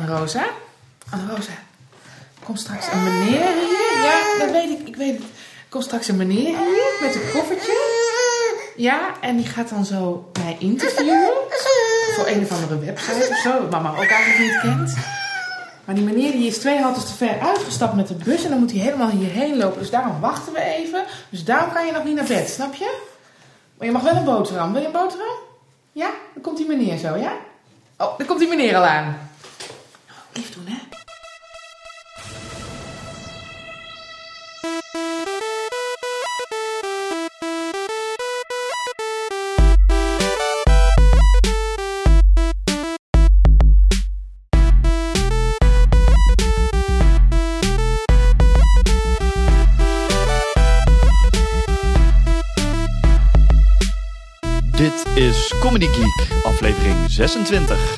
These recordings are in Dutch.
Anne-Rosa. Anne-Rosa, komt straks een meneer hier. Ja, dat weet ik weet het. Komt straks een meneer hier met een koffertje. Ja, en die gaat dan zo mij interviewen. Voor een of andere website of zo, wat mama ook eigenlijk niet kent. Maar die meneer die is 2 haltes te ver uitgestapt met de bus. En dan moet hij helemaal hierheen lopen. Dus daarom wachten we even. Dus daarom kan je nog niet naar bed, snap je? Maar je mag wel een boterham. Wil je een boterham? Ja? Dan komt die meneer zo, ja? Oh, dan komt die meneer al aan. Lief doen, hè? Dit is Comedy Geek, aflevering 26.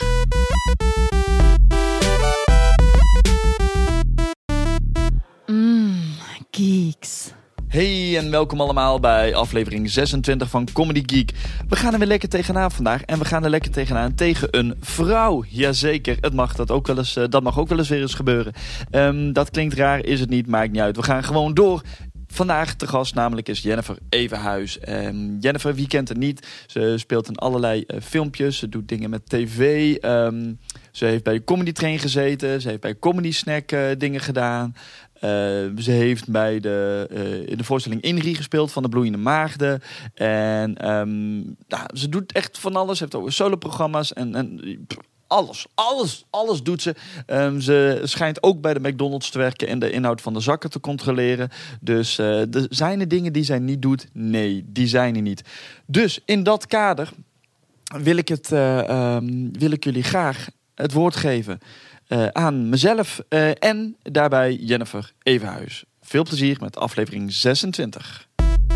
Geeks. Hey en welkom allemaal bij aflevering 26 van Comedy Geek. We gaan er weer lekker tegenaan vandaag en we gaan er lekker tegenaan tegen een vrouw. Jazeker, dat mag ook wel eens weer eens gebeuren. Dat klinkt raar, is het niet, maakt niet uit. We gaan gewoon door. Vandaag te gast namelijk is Jennifer Evenhuis. Jennifer, wie kent het niet? Ze speelt in allerlei filmpjes. Ze doet dingen met tv. Ze heeft bij Comedy Train gezeten. Ze heeft bij Comedy Snack dingen gedaan. Ze heeft in de voorstelling Inri gespeeld van de Bloeiende Maagden. En ze doet echt van alles. Ze heeft ook soloprogramma's en alles doet ze. Ze schijnt ook bij de McDonald's te werken en de inhoud van de zakken te controleren. Dus zijn er dingen die zij niet doet? Nee, die zijn er niet. Dus in dat kader wil ik jullie graag het woord geven aan mezelf en daarbij Jennifer Evenhuis. Veel plezier met aflevering 26.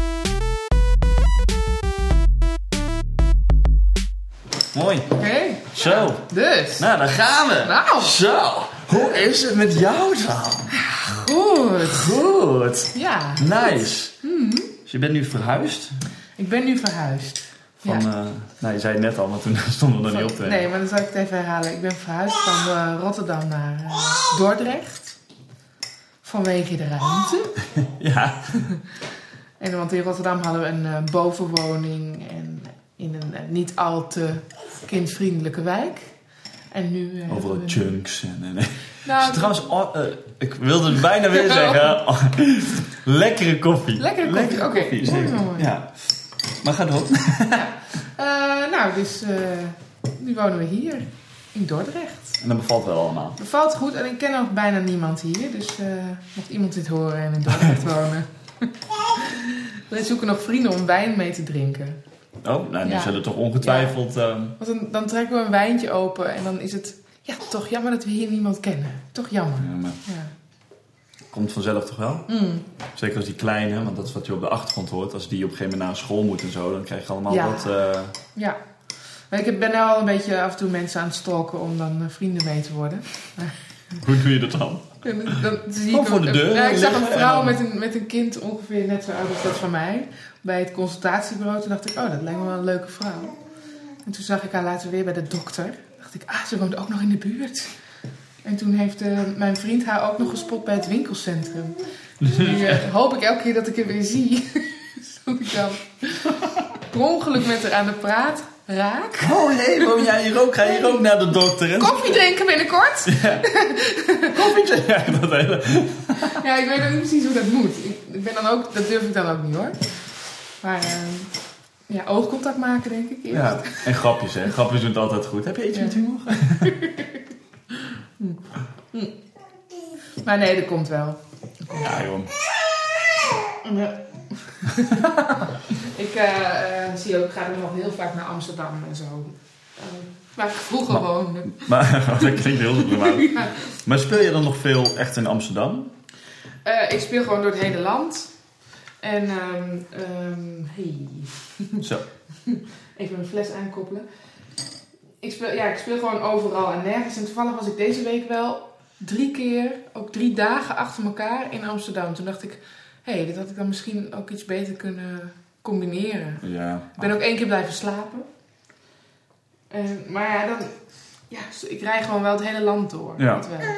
Mooi. Hey. Zo. Dus. Nou, daar gaan we. Nou. Zo. Hoe is het met jou dan? Goed. Ja. Nice. Dus je bent nu verhuisd? Ik ben nu verhuisd. Van, Ja. je zei het net al, maar toen stonden we er niet op te. Nee, maar dan zal ik het even herhalen. Ik ben verhuisd van Rotterdam naar Dordrecht. Vanwege de ruimte. Ja. Want in Rotterdam hadden we een bovenwoning en in een niet al te kindvriendelijke wijk. En nu... Overal chunks. Nee. Nou, trouwens, ik wilde het bijna weer zeggen. Lekkere koffie. Lekkere koffie, oké. Zeker. Mooi. Ja. Maar ga door. Ja. Dus nu wonen we hier in Dordrecht. En dat bevalt wel allemaal. Bevalt goed en ik ken ook bijna niemand hier. Dus mocht iemand dit horen en in Dordrecht wonen. We zoeken nog vrienden om wijn mee te drinken. Oh, nou, die zullen toch ongetwijfeld... Want dan trekken we een wijntje open en dan is het... Ja, toch jammer dat we hier niemand kennen. Toch jammer. Ja, maar Ja. komt vanzelf toch wel? Zeker als die kleine, want dat is wat je op de achtergrond hoort. Als die op een gegeven moment naar school moet en zo, dan krijg je allemaal wat... Ja. Maar ik ben nu al een beetje af en toe mensen aan het stalken om dan vrienden mee te worden. Hoe doe je dat dan? Dan zie Gewoon voor de deur ik zag een vrouw dan... met een kind ongeveer net zo oud als dat van mij. Bij het consultatiebureau. Toen dacht ik, dat lijkt me wel een leuke vrouw. En toen zag ik haar later weer bij de dokter. Dacht ik, ze woont ook nog in de buurt. En toen heeft mijn vriend haar ook nog gespot bij het winkelcentrum. Dus nu hoop ik elke keer dat ik haar weer zie. Dat ik dan per ongeluk met haar aan de praat raak. Oh nee, woon jij hier ook? Ga je hier ook naar de dokter? Hè? Koffie drinken binnenkort. Ja. Koffie drinken? Ja, dat hele... Ja, ik weet nog niet precies hoe dat moet. Ik ben dan ook, dat durf ik dan ook niet hoor. Maar oogcontact maken denk ik eerst. Ja, en grapjes hè. Grapjes doen het altijd goed. Heb je iets met humor? Maar nee, dat komt wel. Ja joh. Ik ga er nog heel vaak naar Amsterdam en zo. Waar ik vroeger woonde. Maar dat klinkt heel goed. Ja. Maar speel je dan nog veel echt in Amsterdam? Ik speel gewoon door het hele land. En hey. Zo. Even een fles aankoppelen. Ik speel gewoon overal en nergens. En toevallig was ik deze week wel 3 keer, ook 3 dagen achter elkaar in Amsterdam. Toen dacht ik, dit had ik dan misschien ook iets beter kunnen combineren. Ja. Ik ben ook 1 keer blijven slapen. Maar ja, dan Ja, ik rij gewoon wel het hele land door. Ja. Dat wel.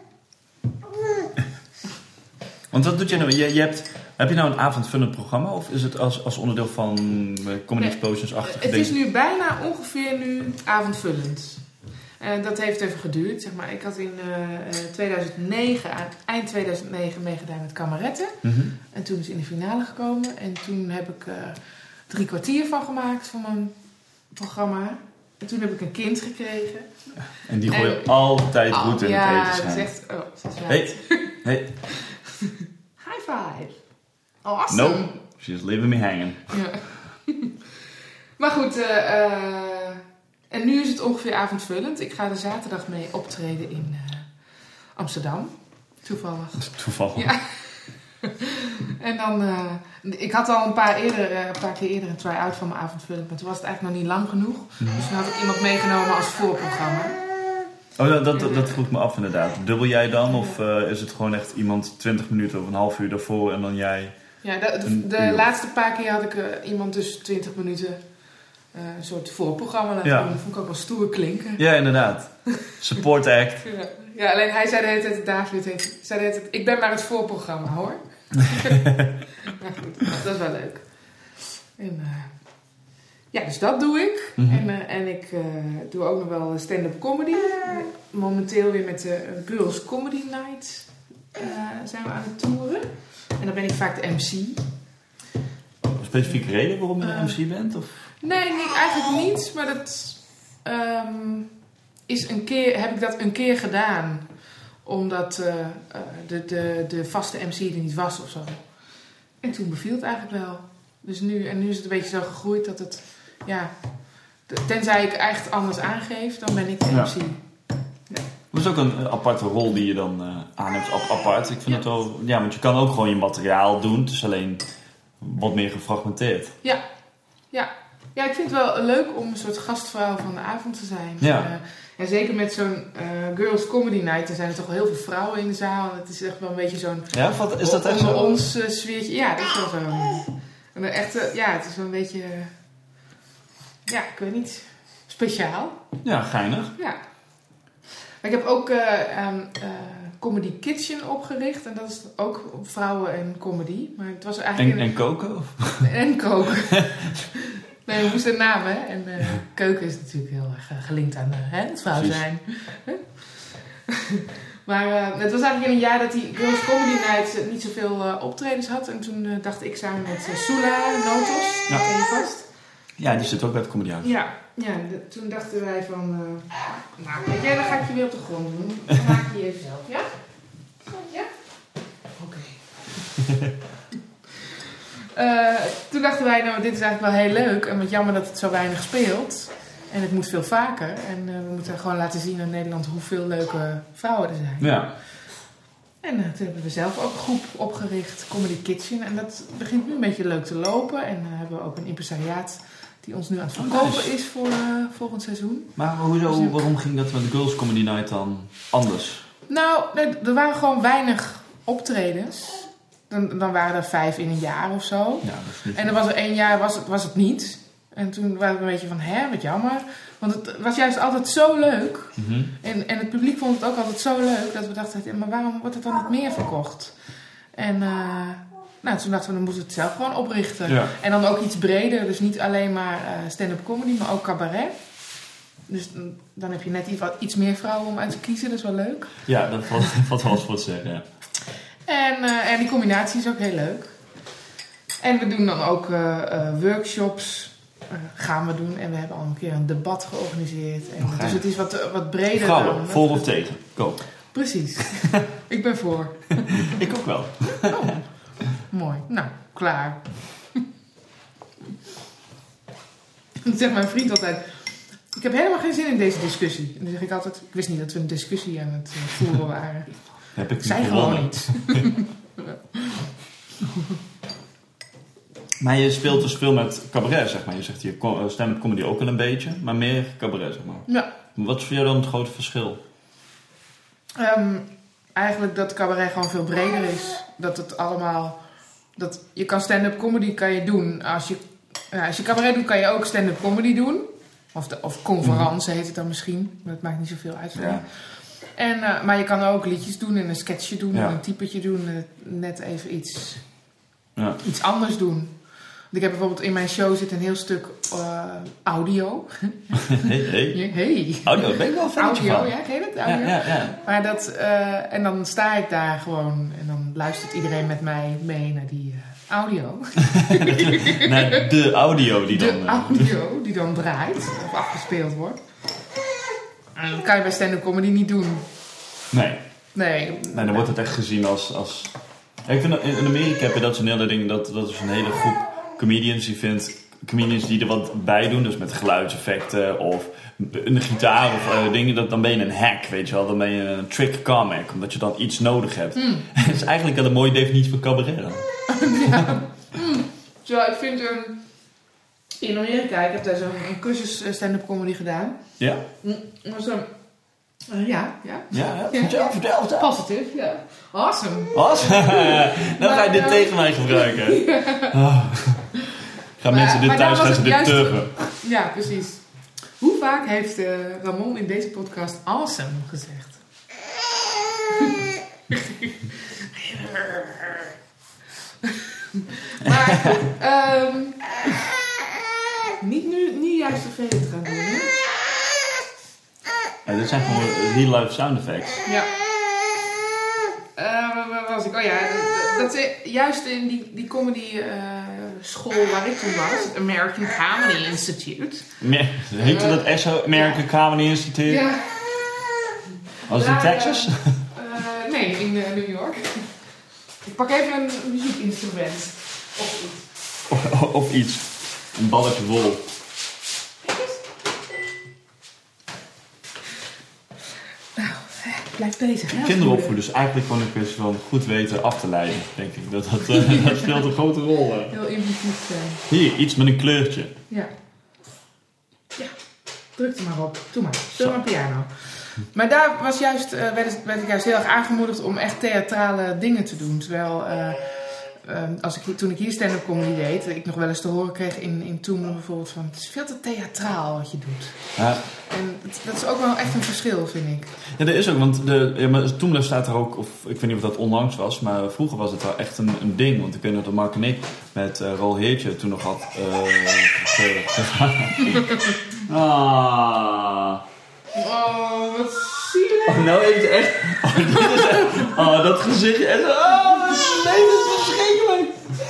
Want wat doet je nou? Heb je nou een avondvullend programma? Of is het als onderdeel van Comedy Explosions-achtige Het dingen? is nu bijna ongeveer avondvullend. Dat heeft even geduurd. Zeg maar. Ik had in 2009, eind 2009 meegedaan met Kameretten. Mm-hmm. En toen is in de finale gekomen. En toen heb ik 3 kwartier van gemaakt van mijn programma. En toen heb ik een kind gekregen. En die gooien altijd goed in het eten Ja, zijn. dat is echt... Oh, ze is Hey. High five. Awesome. No, she's leaving me hanging. Ja. Maar goed, en nu is het ongeveer avondvullend. Ik ga er zaterdag mee optreden in Amsterdam. Toevallig. Toevallig. Ja. En dan, ik had al een paar keer eerder een try-out van mijn avondvullend, maar toen was het eigenlijk nog niet lang genoeg. Dus toen had ik iemand meegenomen als voorprogramma. Oh, dat vroeg me af inderdaad. Dubbel jij dan? Of is het gewoon echt iemand 20 minuten of een half uur daarvoor en dan jij... Ja, de laatste paar keer had ik iemand dus 20 minuten een soort voorprogramma laten doen. Dat vond ik ook wel stoer klinken. Ja, inderdaad. Support act. Ja, alleen hij zei de hele tijd, David zei de hele tijd, ik ben maar het voorprogramma hoor. Maar goed, dat is wel leuk. En, ja, dus dat doe ik. Mm-hmm. En ik doe ook nog wel stand-up comedy. Momenteel weer met de Girls Comedy Night zijn we aan het toeren. En dan ben ik vaak de MC. Een specifieke reden waarom je een MC bent? Of? Nee, eigenlijk niet. Maar dat heb ik dat een keer gedaan. Omdat de vaste MC er niet was of zo. En toen beviel het eigenlijk wel. Dus nu is het een beetje zo gegroeid dat het... Ja, tenzij ik echt anders aangeef, dan ben ik de MC. Ja. Dat is ook een aparte rol die je dan aanneemt apart. Ik vind het wel... Ja, want je kan ook gewoon je materiaal doen. Het is alleen wat meer gefragmenteerd. Ja, ik vind het wel leuk om een soort gastvrouw van de avond te zijn. Ja. Ja, zeker met zo'n Girls Comedy Night. Er zijn er toch wel heel veel vrouwen in de zaal. Het is echt wel een beetje zo'n... Ja, is dat echt onder zo? ons sfeertje. Ja, dat is wel zo. En echt, het is wel een beetje... ja, ik weet niet. Speciaal. Ja, geinig. Ja. Ik heb ook Comedy Kitchen opgericht. En dat is ook vrouwen en comedy. Maar het was eigenlijk... En koken? Of? En koken. Nee, we moesten een naam, hè. En keuken is natuurlijk heel erg gelinkt aan het vrouw zijn. Maar het was eigenlijk in een jaar dat die Girls Comedy Night niet zoveel optredens had. En toen dacht ik samen met Sula Notos, ken je vast? Ja, die zit ook bij het Comedy House. Ja, toen dachten wij van... nou, weet jij, dan ga ik je weer op de grond doen. Dan maak je je even zelf, ja? Ja? Oké. Toen dachten wij, nou, dit is eigenlijk wel heel leuk. En wat jammer dat het zo weinig speelt. En het moet veel vaker. En we moeten gewoon laten zien in Nederland hoeveel leuke vrouwen er zijn. Ja. En toen hebben we zelf ook een groep opgericht, Comedy Kitchen. En dat begint nu een beetje leuk te lopen. En dan hebben we ook een impresariaat die ons nu aan het verkopen is voor volgend seizoen. Maar hoezo, waarom ging dat met de Girls Comedy Night dan anders? Nou, er waren gewoon weinig optredens. Dan waren er 5 in een jaar of zo. Ja, dat is niet... En dan was er 1 jaar was het niet. En toen waren we een beetje van, wat jammer. Want het was juist altijd zo leuk. Mm-hmm. En het publiek vond het ook altijd zo leuk. Dat we dachten, maar waarom wordt het dan niet meer verkocht? En toen dachten we, dan moeten we het zelf gewoon oprichten. Ja. En dan ook iets breder. Dus niet alleen maar stand-up comedy, maar ook cabaret. Dus dan heb je net iets meer vrouwen om uit te kiezen. Dat is wel leuk. Ja, dat valt wel eens voor te zeggen, ja. En die combinatie is ook heel leuk. En we doen dan ook workshops. Gaan we doen. En we hebben al een keer een debat georganiseerd. En dus het is wat breder. Vrouwen, dan, voor of tegen? Koop. Precies. Ik ben voor. Ik ook wel. Oh, mooi. Nou, klaar. Dan zegt mijn vriend altijd... Ik heb helemaal geen zin in deze discussie. En dan zeg ik altijd... Ik wist niet dat we een discussie aan het voeren waren. Heb ik Zij gewoon niet. Maar je speelt dus veel met cabaret, zeg maar. Je zegt hier stand-up comedy ook wel een beetje, maar meer cabaret, zeg maar. Ja. Wat is voor jou dan het grote verschil? Eigenlijk dat cabaret gewoon veel breder is. Dat het allemaal... Je kan stand-up comedy kan je doen. Als je cabaret doet, kan je ook stand-up comedy doen. Of conferentie heet het dan misschien. Maar dat maakt niet zoveel uit voor Ja. En, maar je kan ook liedjes doen en een sketchje doen Ja. en een typetje doen. Net even iets Ja. anders doen. Want ik heb bijvoorbeeld in mijn show zit een heel stuk audio. Hey. Hey. Audio, ben ik wel een fan Audio, van. ja, ken je dat? Audio. Ja. Maar dat, en dan sta ik daar gewoon en dan luistert iedereen met mij mee naar die audio. Naar de audio die dan... De audio die dan draait of afgespeeld wordt. En dat kan je bij stand-up comedy niet doen. Nee. Dan wordt het echt gezien als... Ja, ik vind dat in Amerika heb je dat zo'n hele ding, dat is een hele groep comedians die vindt... Comedians die er wat bij doen, dus met geluidseffecten of een gitaar of dingen, dan ben je een hack, weet je wel. Dan ben je een trick comic, omdat je dan iets nodig hebt. Het is eigenlijk wel een mooie definitie van cabaret dan. Zo, ik vind in Amerika, ik heb daar zo'n cursus stand-up comedy gedaan. Ja? Ja. Ja. Vertel. Positief, ja. Awesome. Dan ga je dit tegen mij gebruiken. Gaan mensen dit maar thuis, daar gaan was ze het dit juist- turven. Ja, precies. Hoe vaak heeft Ramon in deze podcast awesome gezegd? Maar niet juist vervelend gaan doen, hè? Ja, dit zijn gewoon real life sound effects. Ja. Waar was ik? Oh ja, dat juist in die comedy school waar ik toen was, het American Comedy Institute. Heette dat echt zo? American Comedy Institute? Ja. Was het in Daar, Texas? Nee, in New York. Ik pak even een muziekinstrument. Of iets. Of iets. Een balletje wol. Nou, blijf bezig. Hè? Kinderen opvoeden, dus eigenlijk gewoon een kwestie van goed weten af te leiden, denk ik. Dat speelt een grote rol. Heel inventief zijn. Hier, iets met een kleurtje. Ja. Druk er maar op. Doe maar. Speel maar piano. Maar daar was juist, werd ik juist heel erg aangemoedigd om echt theatrale dingen te doen. Terwijl toen ik hier stand-up comedy deed, ik nog wel eens te horen kreeg in Toemler bijvoorbeeld van het is veel te theatraal wat je doet. Ja. En dat is ook wel echt een verschil, vind ik. Ja, dat is ook, want Toemler staat er ook, of ik weet niet of dat onlangs was, maar vroeger was het wel echt een ding. Want ik weet nog dat Mark en ik met Rol Heertje toen nog had Oh, wat zielig. Oh, nou heeft het echt... dit is echt... dat gezichtje. En nee, dat is verschrikkelijk.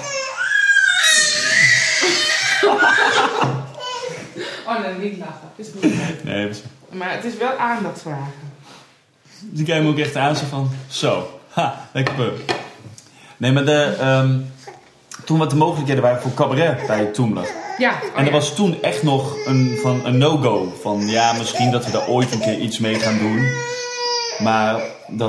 Oh nee, niet lachen. Het is niet leuk. Nee, Maar het is wel aandacht vragen. die kijkt me ook echt aan zo van... Zo, lekker pup. Nee, maar toen wat de mogelijkheden waren voor cabaret bij Toemler. Ja. En er was toen echt nog een no-go. Van ja, misschien dat we daar ooit een keer iets mee gaan doen. Maar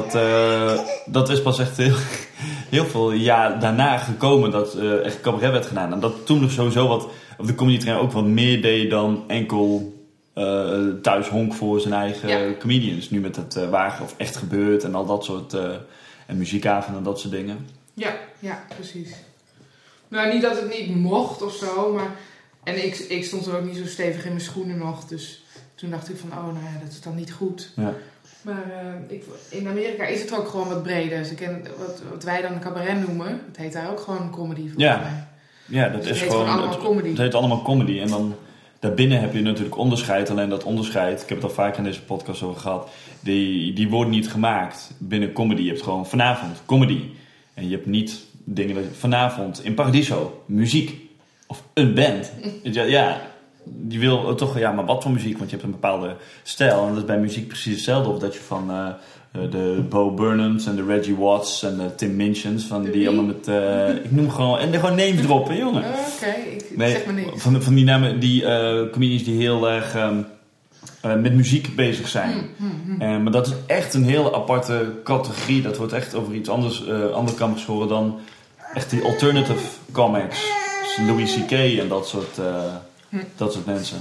dat is pas echt heel veel jaar daarna gekomen dat echt cabaret werd gedaan. En dat toen nog sowieso of de comedy trainer ook wat meer deed dan enkel thuis honk voor zijn eigen comedians. Nu met het Wagen of Echt Gebeurd en al dat soort... en muziekavonden en dat soort dingen. Ja, precies. Nou, niet dat het niet mocht of zo, maar... En ik stond er ook niet zo stevig in mijn schoenen nog, dus toen dacht ik van, oh, nou ja, dat is dan niet goed. Ja. Maar in Amerika is het ook gewoon wat breder. Dus wat wij dan een cabaret noemen, het heet daar ook gewoon comedy volgens mij. Ja, dat Dus is het heet gewoon... allemaal comedy. Het heet allemaal comedy en dan... Daarbinnen heb je natuurlijk onderscheid. Alleen dat onderscheid, ik heb het al vaak in deze podcast over gehad, die worden niet gemaakt binnen comedy. Je hebt gewoon vanavond comedy. En je hebt niet dingen dat vanavond in Paradiso, muziek. Of een band. Ja, die wil toch, ja, maar wat voor muziek? Want je hebt een bepaalde stijl. En dat is bij muziek precies hetzelfde. Of dat je van de Bo Burnhams en de Reggie Watts en de Tim Minchin, van die allemaal met... ik noem gewoon... En gewoon names droppen, jongen. Oké, zeg maar niks. Van die namen, die comedians die heel erg met muziek bezig zijn. Maar dat is echt een hele aparte categorie. Dat wordt echt over iets anders, andere kamp geschoren dan echt die alternative comics. Dus Louis C.K. en dat soort mensen.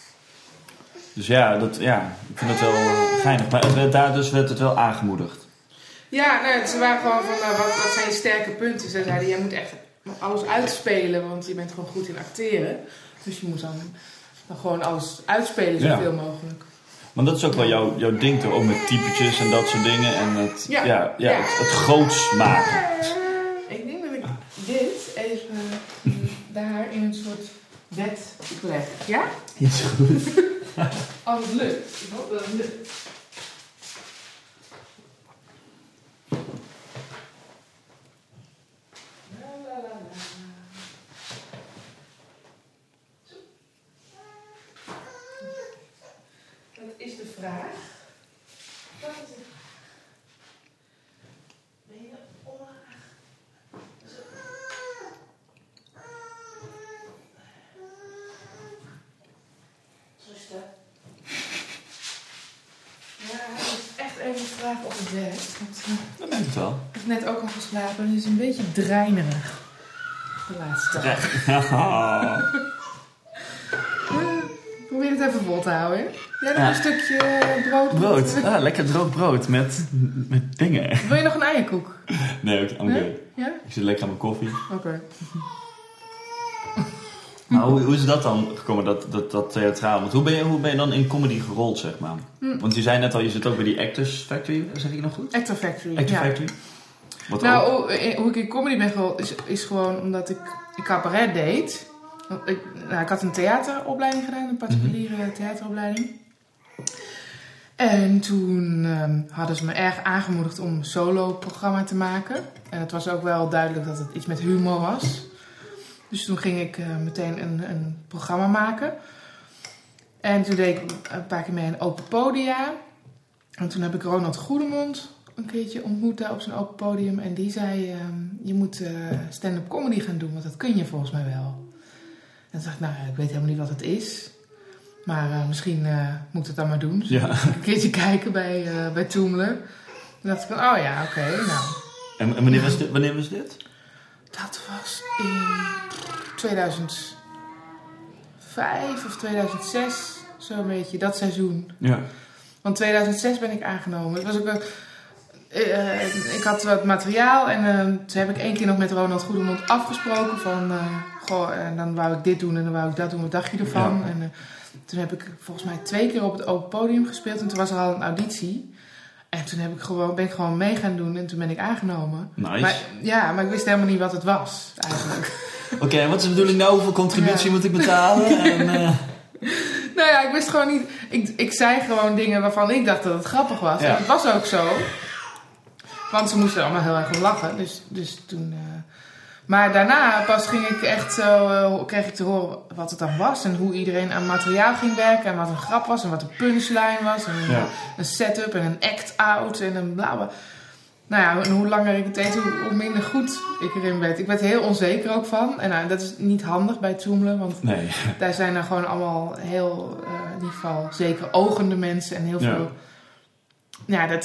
Dus ja, ik vind het wel geinig. Maar daar werd het wel aangemoedigd. Ja, nou, ze waren gewoon van, wat zijn je sterke punten? Ze zeiden, jij moet echt alles uitspelen, want je bent gewoon goed in acteren. Dus je moet dan dan gewoon alles uitspelen zoveel mogelijk. Maar dat is ook wel jouw ding toch? Ook met typetjes en dat soort dingen. En het, het groots maken. Ik denk dat ik dit even daar in een soort bed leg. Ja? Ja, is goed. Als het lukt. Ik hoop dat het lukt. Dat is de vraag. Dat is de vraag. Ben je omlaag? Rustig. Ja, het is echt even een vraag op het bed. Dat denk ik wel. Ik heb net ook al geslapen en het is een beetje dreinerig. De laatste dag. Probeer het even vol te houden. Jij nog een stukje brood? Brood. Lekker droog brood met dingen. Wil je nog een eierkoek? Nee, oké. Nee? Ja? Ik zit lekker aan mijn koffie. Oké. Maar hoe is dat dan gekomen, dat theatraal? Want hoe ben je dan in comedy gerold, zeg maar? Want je zei net al, je zit ook bij die Actors Factory, zeg ik nog goed? Actor Factory, Factory? Wat hoe ik in comedy ben gerold is gewoon omdat ik cabaret deed. Ik had een theateropleiding gedaan, een particuliere theateropleiding. En toen hadden ze me erg aangemoedigd om een solo-programma te maken. En het was ook wel duidelijk dat het iets met humor was. Dus toen ging ik meteen een programma maken. En toen deed ik een paar keer mee in Open Podia. En toen heb ik Ronald Goedemond een keertje ontmoet daar op zijn open podium. En die zei, je moet stand-up comedy gaan doen, want dat kun je volgens mij wel. En toen dacht ik, nou, ik weet helemaal niet wat het is. Maar misschien moet ik het dan maar doen. Dus een keertje kijken bij Toomler. Toen dacht ik van, oh ja, oké, nou. En wanneer was dit? Dat was in 2005 of 2006, zo'n beetje, dat seizoen. Ja. Want 2006 ben ik aangenomen. Het was ook ik had wat materiaal en toen heb ik 1 keer nog met Ronald Goedemond afgesproken van... en dan wou ik dit doen en dan wou ik dat doen, wat dacht je ervan? Ja. En toen heb ik volgens mij 2 keer op het open podium gespeeld en toen was er al een auditie. En toen ben ik gewoon mee gaan doen en toen ben ik aangenomen. Nice. Maar ik wist helemaal niet wat het was, eigenlijk. Oké, en wat is de bedoeling nou? Hoeveel contributie moet ik betalen? En, Nou ja, ik wist gewoon niet... Ik zei gewoon dingen waarvan ik dacht dat het grappig was. Ja. En het was ook zo. Want ze moesten er allemaal heel erg om lachen. Dus toen... Maar daarna pas ging ik echt zo... kreeg ik te horen wat het dan was. En hoe iedereen aan materiaal ging werken. En wat een grap was. En wat een punchline was. En een setup en een act-out. En een bla bla. Nou ja, en hoe langer ik het deed, hoe minder goed ik erin werd. Ik werd er heel onzeker ook van. En dat is niet handig bij Toomler. Want daar zijn er gewoon allemaal heel... in ieder geval zeker ogende mensen. En heel veel... Ja,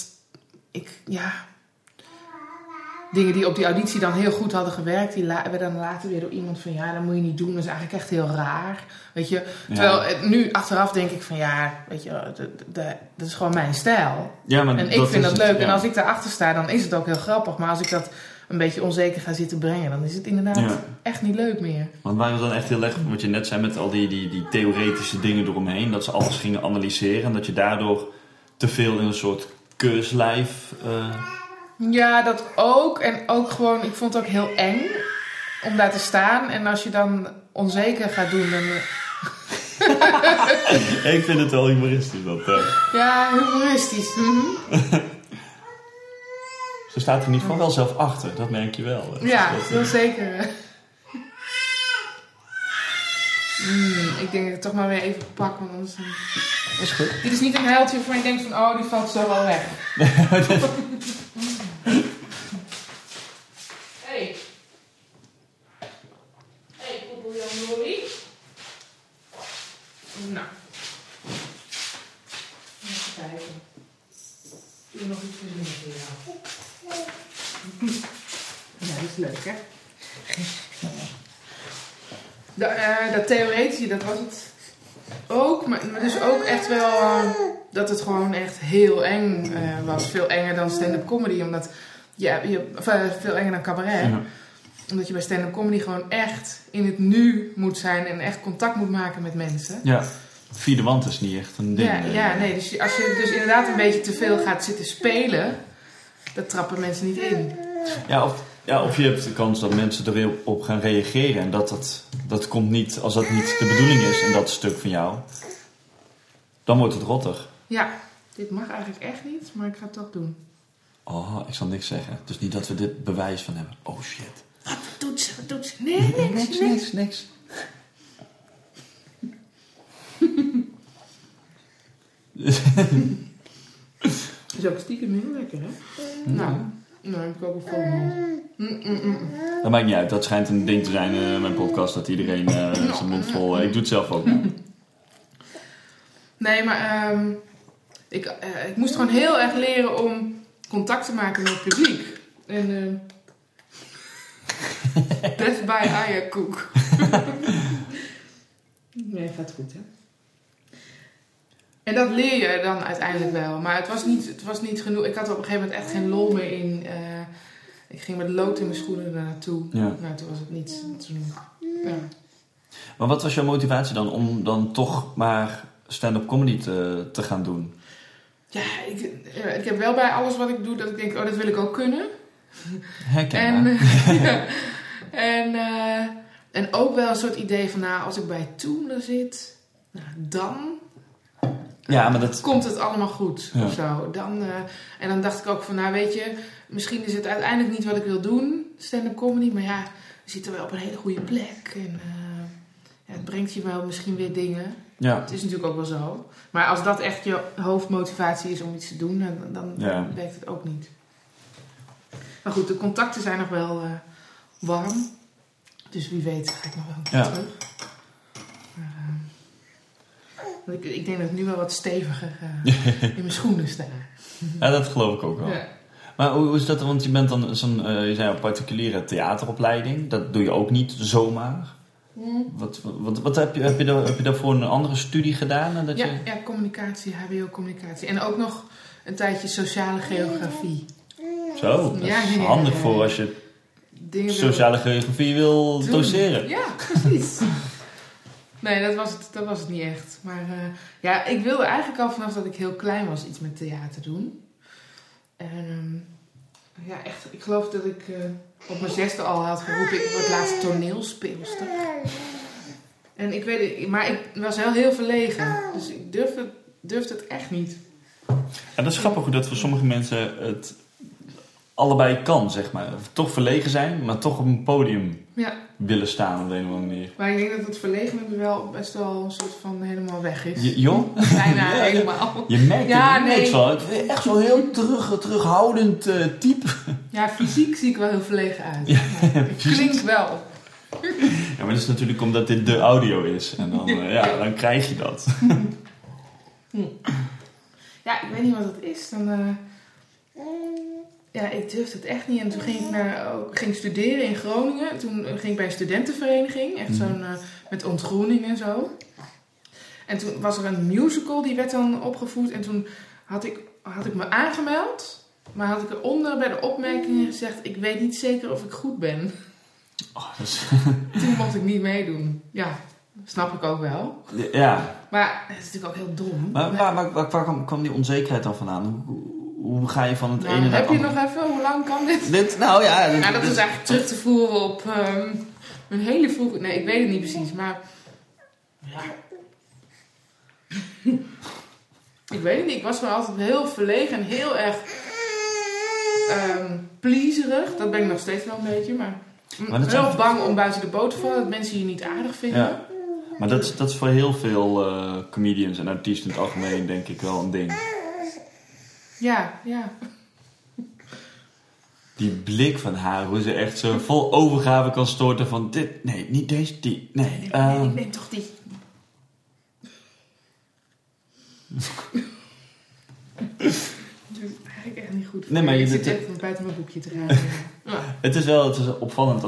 dingen die op die auditie dan heel goed hadden gewerkt, die werden dan later weer door iemand van dat moet je niet doen, dat is eigenlijk echt heel raar. Weet je, terwijl nu achteraf denk ik van weet je, dat is gewoon mijn stijl. Ja, maar en ik vind dat leuk. En als ik daarachter sta, dan is het ook heel grappig. Maar als ik dat een beetje onzeker ga zitten brengen, dan is het inderdaad echt niet leuk meer. Want wij was dan echt heel erg, wat je net zei met al die theoretische dingen eromheen, dat ze alles gingen analyseren en dat je daardoor te veel in een soort keurslijf... Ja, dat ook. En ook gewoon, ik vond het ook heel eng om daar te staan. En als je dan onzeker gaat doen, dan... Ik vind het wel humoristisch. Ja, humoristisch. Ze staat er in ieder geval wel zelf achter, dat merk je wel. Ja, heel zeker. Ik denk dat ik het toch maar weer even pak, want anders... Dat is goed. Dit is niet een huiltje waarvan je denkt van, die valt zo wel weg. Hey, poepeljan Lori. Nou. Even kijken. Doe nog iets plezier voor jou. Ja, dat is leuk, hè? Dat theoretische, dat was het ook. Maar dus ook echt wel dat het gewoon echt heel eng was. Veel enger dan stand-up comedy. Omdat, veel enger dan cabaret. Ja. Omdat je bij stand-up comedy gewoon echt in het nu moet zijn en echt contact moet maken met mensen. Ja, vierde wand is niet echt een ding. Nee. Dus als je dus inderdaad een beetje te veel gaat zitten spelen, dat trappen mensen niet in. Of je hebt de kans dat mensen er weer op gaan reageren. En dat komt niet, als dat niet de bedoeling is in dat stuk van jou, dan wordt het rottig. Ja, dit mag eigenlijk echt niet, maar ik ga het toch doen. Oh, ik zal niks zeggen. Dus niet dat we dit bewijs van hebben. Oh shit. Wat doet ze? Nee, niks. Is ook stiekem heel lekker, hè? Nou, heb ik ook een foto. Dat maakt niet uit. Dat schijnt een ding te zijn in mijn podcast. Dat iedereen zijn mond vol... ik doe het zelf ook. Nee, maar ik moest gewoon heel erg leren om contact te maken met het publiek. En Best by Eierkoek. Nee, gaat goed, hè? En dat leer je dan uiteindelijk wel. Maar het was niet genoeg. Ik had er op een gegeven moment echt geen lol meer in. Ik ging met lood in mijn schoenen er naartoe. Ja. Nou, toen was het niet genoeg. Ja. Maar wat was jouw motivatie dan om dan toch maar stand-up comedy te gaan doen? Ja, ik heb wel bij alles wat ik doe dat ik denk, dat wil ik ook kunnen. Herkenbaar. En ook wel een soort idee van, als ik bij Toemler zit, dan maar komt het allemaal goed. Ja. Of zo. En dan dacht ik ook van, weet je, misschien is het uiteindelijk niet wat ik wil doen, stand-up comedy, maar ja, we zitten wel op een hele goede plek. En het brengt je wel misschien weer dingen. Ja. Het is natuurlijk ook wel zo. Maar als dat echt je hoofdmotivatie is om iets te doen, dan werkt het ook niet. Maar goed, de contacten zijn nog wel warm. Dus wie weet ga ik nog wel een keer terug. Maar, ik denk dat ik nu wel wat steviger in mijn schoenen sta. Ja, dat geloof ik ook wel. Ja. Maar hoe is dat? Want je bent dan je zei een particuliere theateropleiding. Dat doe je ook niet zomaar. Wat heb je daarvoor een andere studie gedaan? Ja, communicatie, HBO-communicatie. En ook nog een tijdje sociale geografie. Zo, dat is handig voor als je sociale geografie wil doseren. Ja, precies. Nee, dat was het niet echt. Maar ik wilde eigenlijk al vanaf dat ik heel klein was iets met theater doen. En echt, ik geloof dat ik op mijn 6e al had geroepen, ik word laatst toneelspeelster. En ik weet het, maar ik was wel heel verlegen. Dus ik durfde het echt niet. Ja, dat is grappig hoe dat voor sommige mensen het allebei kan, zeg maar. Toch verlegen zijn, maar toch op een podium willen staan op de een of andere manier. Maar ik denk dat het verlegen met me wel best wel een soort van helemaal weg is. Joh? Bijna helemaal. Je merkt er niks van. Het is echt zo'n heel terughoudend type. Ja, fysiek zie ik wel heel verlegen uit. Ja, het klinkt wel. Ja, maar dat is natuurlijk omdat dit de audio is. En dan, dan krijg je dat. Ja, ik weet niet wat het is. Dan... ik durfde het echt niet. En toen ging ik studeren in Groningen. Toen ging ik bij een studentenvereniging. Echt zo'n met ontgroening en zo. En toen was er een musical die werd dan opgevoerd. En toen had ik me aangemeld. Maar had ik eronder bij de opmerkingen gezegd, ik weet niet zeker of ik goed ben. Toen mocht ik niet meedoen. Ja, snap ik ook wel. Ja. Maar het is natuurlijk ook heel dom. Maar waar kwam die onzekerheid dan vandaan? Hoe ga je van het ene naar het andere? heb je nog even? Hoe lang kan dit? Dat is eigenlijk terug te voeren op een hele vroege... Nee, ik weet het niet precies, maar... Ja. Ik weet het niet. Ik was gewoon altijd heel verlegen en heel erg pleaserig. Dat ben ik nog steeds wel een beetje, maar heel bang om buiten de boot te vallen. Dat mensen je niet aardig vinden. Ja. Maar dat is voor heel veel comedians en artiesten in het algemeen denk ik wel een ding. Ja. Die blik van haar, hoe ze echt zo vol overgave kan storten van dit, nee, niet deze, die, nee. Ik neem toch die. Dat is eigenlijk echt niet goed. Nee, maar ik zit echt buiten mijn boekje te gaan. Het is opvallend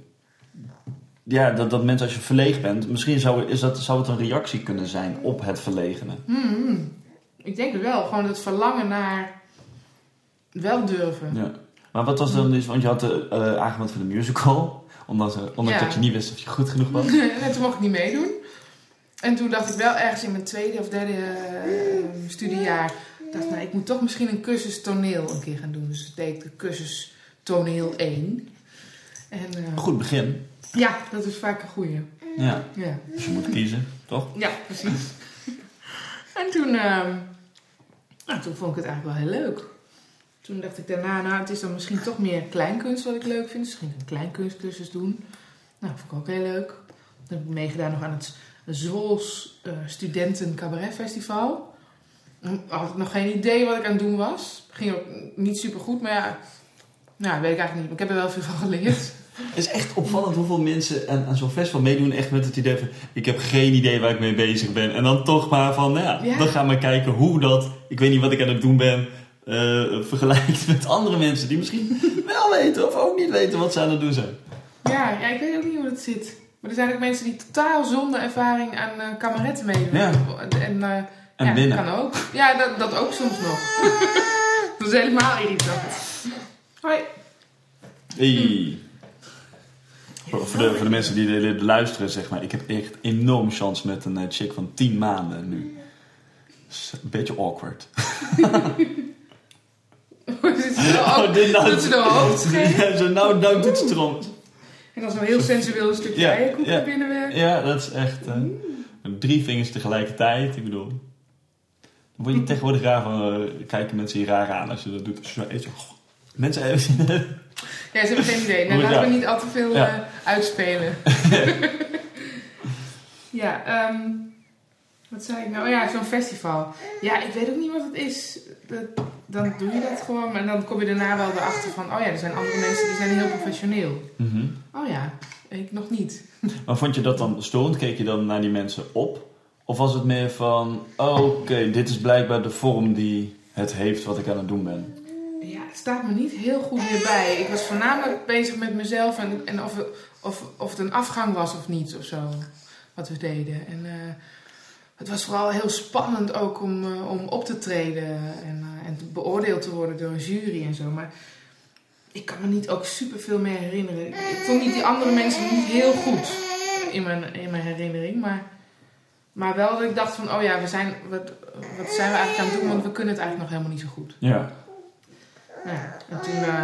dat mensen als je verlegen bent, misschien zou het een reactie kunnen zijn op het verlegene. Ik denk het wel. Gewoon het verlangen naar wel durven. Ja. Maar wat was dan want je had aangemeld voor de musical. Ondanks dat je niet wist of je goed genoeg was. En toen mocht ik niet meedoen. En toen dacht ik wel ergens in mijn 2e of 3e studiejaar... ik moet toch misschien een cursus toneel een keer gaan doen. Dus ik deed de cursus toneel 1. En, goed begin. Ja, dat is vaak een goeie. Ja. Ja. Dus je moet kiezen, toch? Ja, precies. En toen vond ik het eigenlijk wel heel leuk. Toen dacht ik daarna, het is dan misschien toch meer kleinkunst wat ik leuk vind. Dus ging ik een kleinkunstcursus doen. Nou, vond ik ook heel leuk. Dan heb ik meegedaan nog aan het Zwols Studenten Cabaret Festival. Had ik nog geen idee wat ik aan het doen was. Ging ook niet super goed, maar ja, weet ik eigenlijk niet. Maar ik heb er wel veel van geleerd. Het is echt opvallend hoeveel mensen aan zo'n festival meedoen. Echt met het idee van, ik heb geen idee waar ik mee bezig ben. En dan toch maar van, dan gaan we kijken hoe dat, ik weet niet wat ik aan het doen ben, vergelijkt met andere mensen die misschien wel weten of ook niet weten wat ze aan het doen zijn. Ja, ik weet ook niet hoe dat zit. Maar er zijn ook mensen die totaal zonder ervaring aan kameretten meedoen. Ja. En binnen. Dat kan ook. Ja, dat ook soms nog. Dat is helemaal irritant. Hoi. Hey. Voor de mensen die dit luisteren, zeg maar. Ik heb echt enorm chance met een chick van 10 maanden nu. Dat is een beetje awkward. Doet ze de hoofd Ja, zo nou doet ze erom. En dan zo'n heel sensueel stukje eierkoek naar binnen werken. Ja, dat is echt 3 vingers tegelijkertijd. Ik bedoel, dan word je tegenwoordig raar van, kijken mensen je raar aan als je dat doet. Als je zo eet, mensen even... Ja, ze hebben geen idee. Nou, laten we niet al te veel uitspelen. Wat zei ik nou? Ja, zo'n festival. Ja, ik weet ook niet wat het is. Dan doe je dat gewoon. En dan kom je daarna wel erachter van... er zijn andere mensen die zijn heel professioneel. Mm-hmm. Oh ja, ik nog niet. Maar vond je dat dan storend? Keek je dan naar die mensen op? Of was het meer van... oké, dit is blijkbaar de vorm die het heeft wat ik aan het doen ben? Ja, het staat me niet heel goed meer bij. Ik was voornamelijk bezig met mezelf en of het een afgang was of niet of zo. Wat we deden. En het was vooral heel spannend ook om op te treden en beoordeeld te worden door een jury en zo. Maar ik kan me niet ook superveel meer herinneren. Ik vond niet die andere mensen niet heel goed in mijn herinnering. Maar wel dat ik dacht van, wat zijn we eigenlijk aan het doen? Want we kunnen het eigenlijk nog helemaal niet zo goed. Ja. Ja, en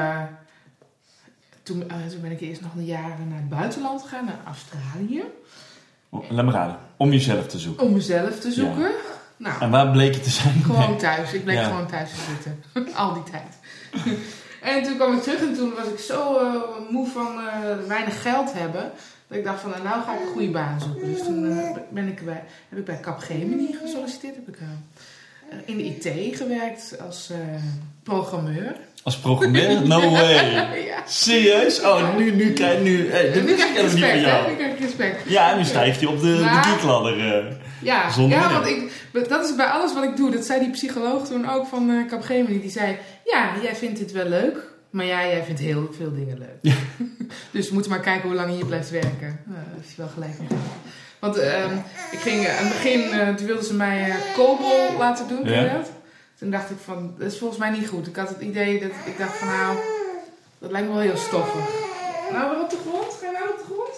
toen ben ik eerst nog een jaar naar het buitenland gegaan, naar Australië. Laat me raden, om jezelf te zoeken. Om mezelf te zoeken. Ja. Nou, en waar bleek je te zijn? Gewoon thuis. Ik bleek gewoon thuis te zitten. Al die tijd. En toen kwam ik terug en toen was ik zo moe van weinig geld hebben. Dat ik dacht van, nou ga ik een goede baan zoeken. Dus toen heb ik bij Capgemini gesolliciteerd. Heb ik in de IT gewerkt als programmeur. Als programmeur? No way. Ja. Serieus? Oh, nu krijg je... dit wist ik helemaal niet van jou. Nu krijg ik respect. Ja, nu stijgt je op de geekladder. Ja, want dat is bij alles wat ik doe. Dat zei die psycholoog toen ook van Capgemini. Die zei, ja, jij vindt dit wel leuk. Maar jij vindt heel veel dingen leuk. Ja. Dus we moeten maar kijken hoe lang je hier blijft werken. Nou, dat is wel gelijk. Want ik ging aan het begin, toen wilden ze mij COBOL laten doen. Ja. Toen dacht ik van, dat is volgens mij niet goed. Ik had het idee dat ik dacht van, nou, dat lijkt me wel heel stoffig. Nou, weer op de grond? Ga je nou op de grond?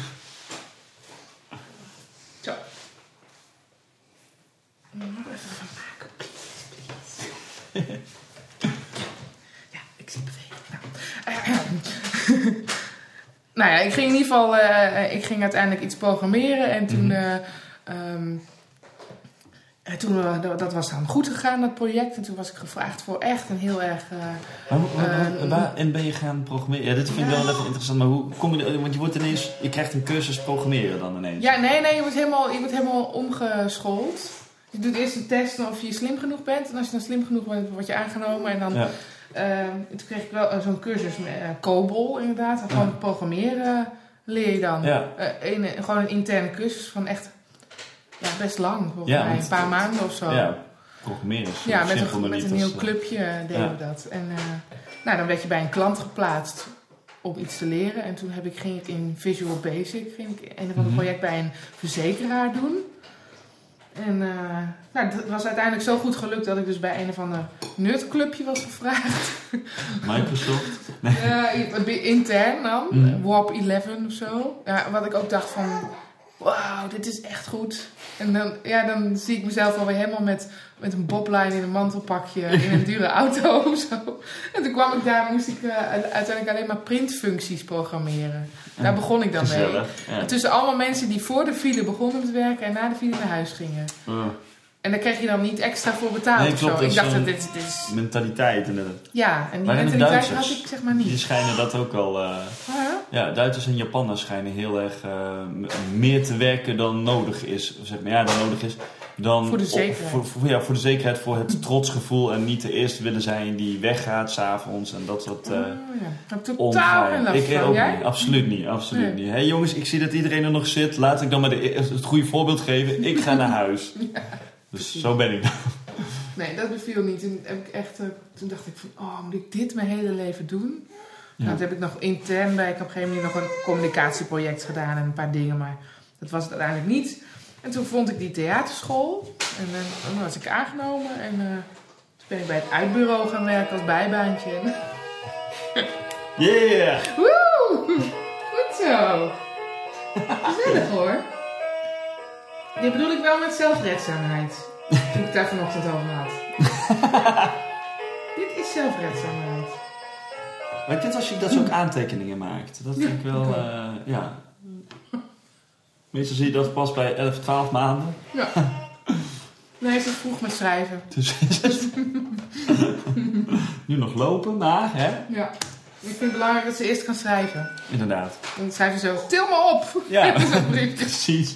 Zo. Nog even van maken, please. Ja, ik zie beweging. Nou ja, ik ging in ieder geval, ik ging uiteindelijk iets programmeren en toen... dat was dan goed gegaan, dat project. En toen was ik gevraagd voor echt een heel erg... Waarin ben je gaan programmeren? Ja, dit vind ik wel even interessant. Maar hoe kom je... Want je krijgt een cursus programmeren dan ineens. Ja, nee, je wordt helemaal omgeschoold. Je doet eerst een test of je slim genoeg bent. En als je dan slim genoeg bent, word je aangenomen. En dan... Ja. Toen kreeg ik wel zo'n cursus met COBOL inderdaad. En gewoon programmeren leer je dan. Ja. Gewoon een interne cursus van echt... Ja, best lang. Volgens mij een paar maanden of zo. Ja, programmeren is met een heel clubje deden we dat. En dan werd je bij een klant geplaatst om iets te leren. En toen ging ik in Visual Basic een of ander project bij een verzekeraar doen. En het was uiteindelijk zo goed gelukt dat ik dus bij een of ander nerdclubje was gevraagd. Microsoft? Intern dan. Warp 11 of zo. Ja, wat ik ook dacht van... Wauw, dit is echt goed. En dan zie ik mezelf alweer helemaal met een boblijn in een mantelpakje in een dure auto of zo. En toen kwam ik daar, moest ik uiteindelijk alleen maar printfuncties programmeren. Daar begon ik dan gezellig, mee. Ja. Tussen allemaal mensen die voor de file begonnen te werken en na de file naar huis gingen. En daar kreeg je dan niet extra voor betaald of klopt, zo. Ik dacht dat dit is... mentaliteit inderdaad. Ja, en die Waren de mentaliteit Duitsers, had ik zeg maar niet. Die schijnen dat ook al... Ja, Duitsers en Japanners schijnen heel erg meer te werken dan nodig is. Zeg maar, dan nodig is dan... Voor de zekerheid. Voor de zekerheid, voor het trotsgevoel en niet de eerste willen zijn die weggaat 's avonds en dat soort... Heb ik totaal geen last Ik van. ook Jij? niet, absoluut niet. Hey jongens, ik zie dat iedereen er nog zit. Laat ik dan maar het goede voorbeeld geven. Ik ga naar huis. Ja, dus precies. zo ben ik dan. Nee, dat beviel niet. Toen dacht ik van, moet ik dit mijn hele leven doen? Ja. Nou, dat heb ik nog intern bij. Ik heb op een gegeven moment nog een communicatieproject gedaan en een paar dingen, maar dat was het uiteindelijk niet. En toen vond ik die theaterschool en dan was ik aangenomen en toen ben ik bij het uitbureau gaan werken als bijbaantje. Yeah! Woe! Goed zo! Gezellig hoor. Dit bedoel ik wel met zelfredzaamheid. Toen ik het daar vanochtend over had. Dit is zelfredzaamheid. Maar ik vind als je dat soort aantekeningen maakt. Dat vind ik wel, ja. Meestal zie je dat pas bij 11, 12 maanden. Ja. Nee, ze is vroeg met schrijven. Dus nu nog lopen, maar hè? Ja. Ik vind het belangrijk dat ze eerst kan schrijven. Inderdaad. Dan schrijven ze zo, til me op! Ja, Zo'n briefje. precies.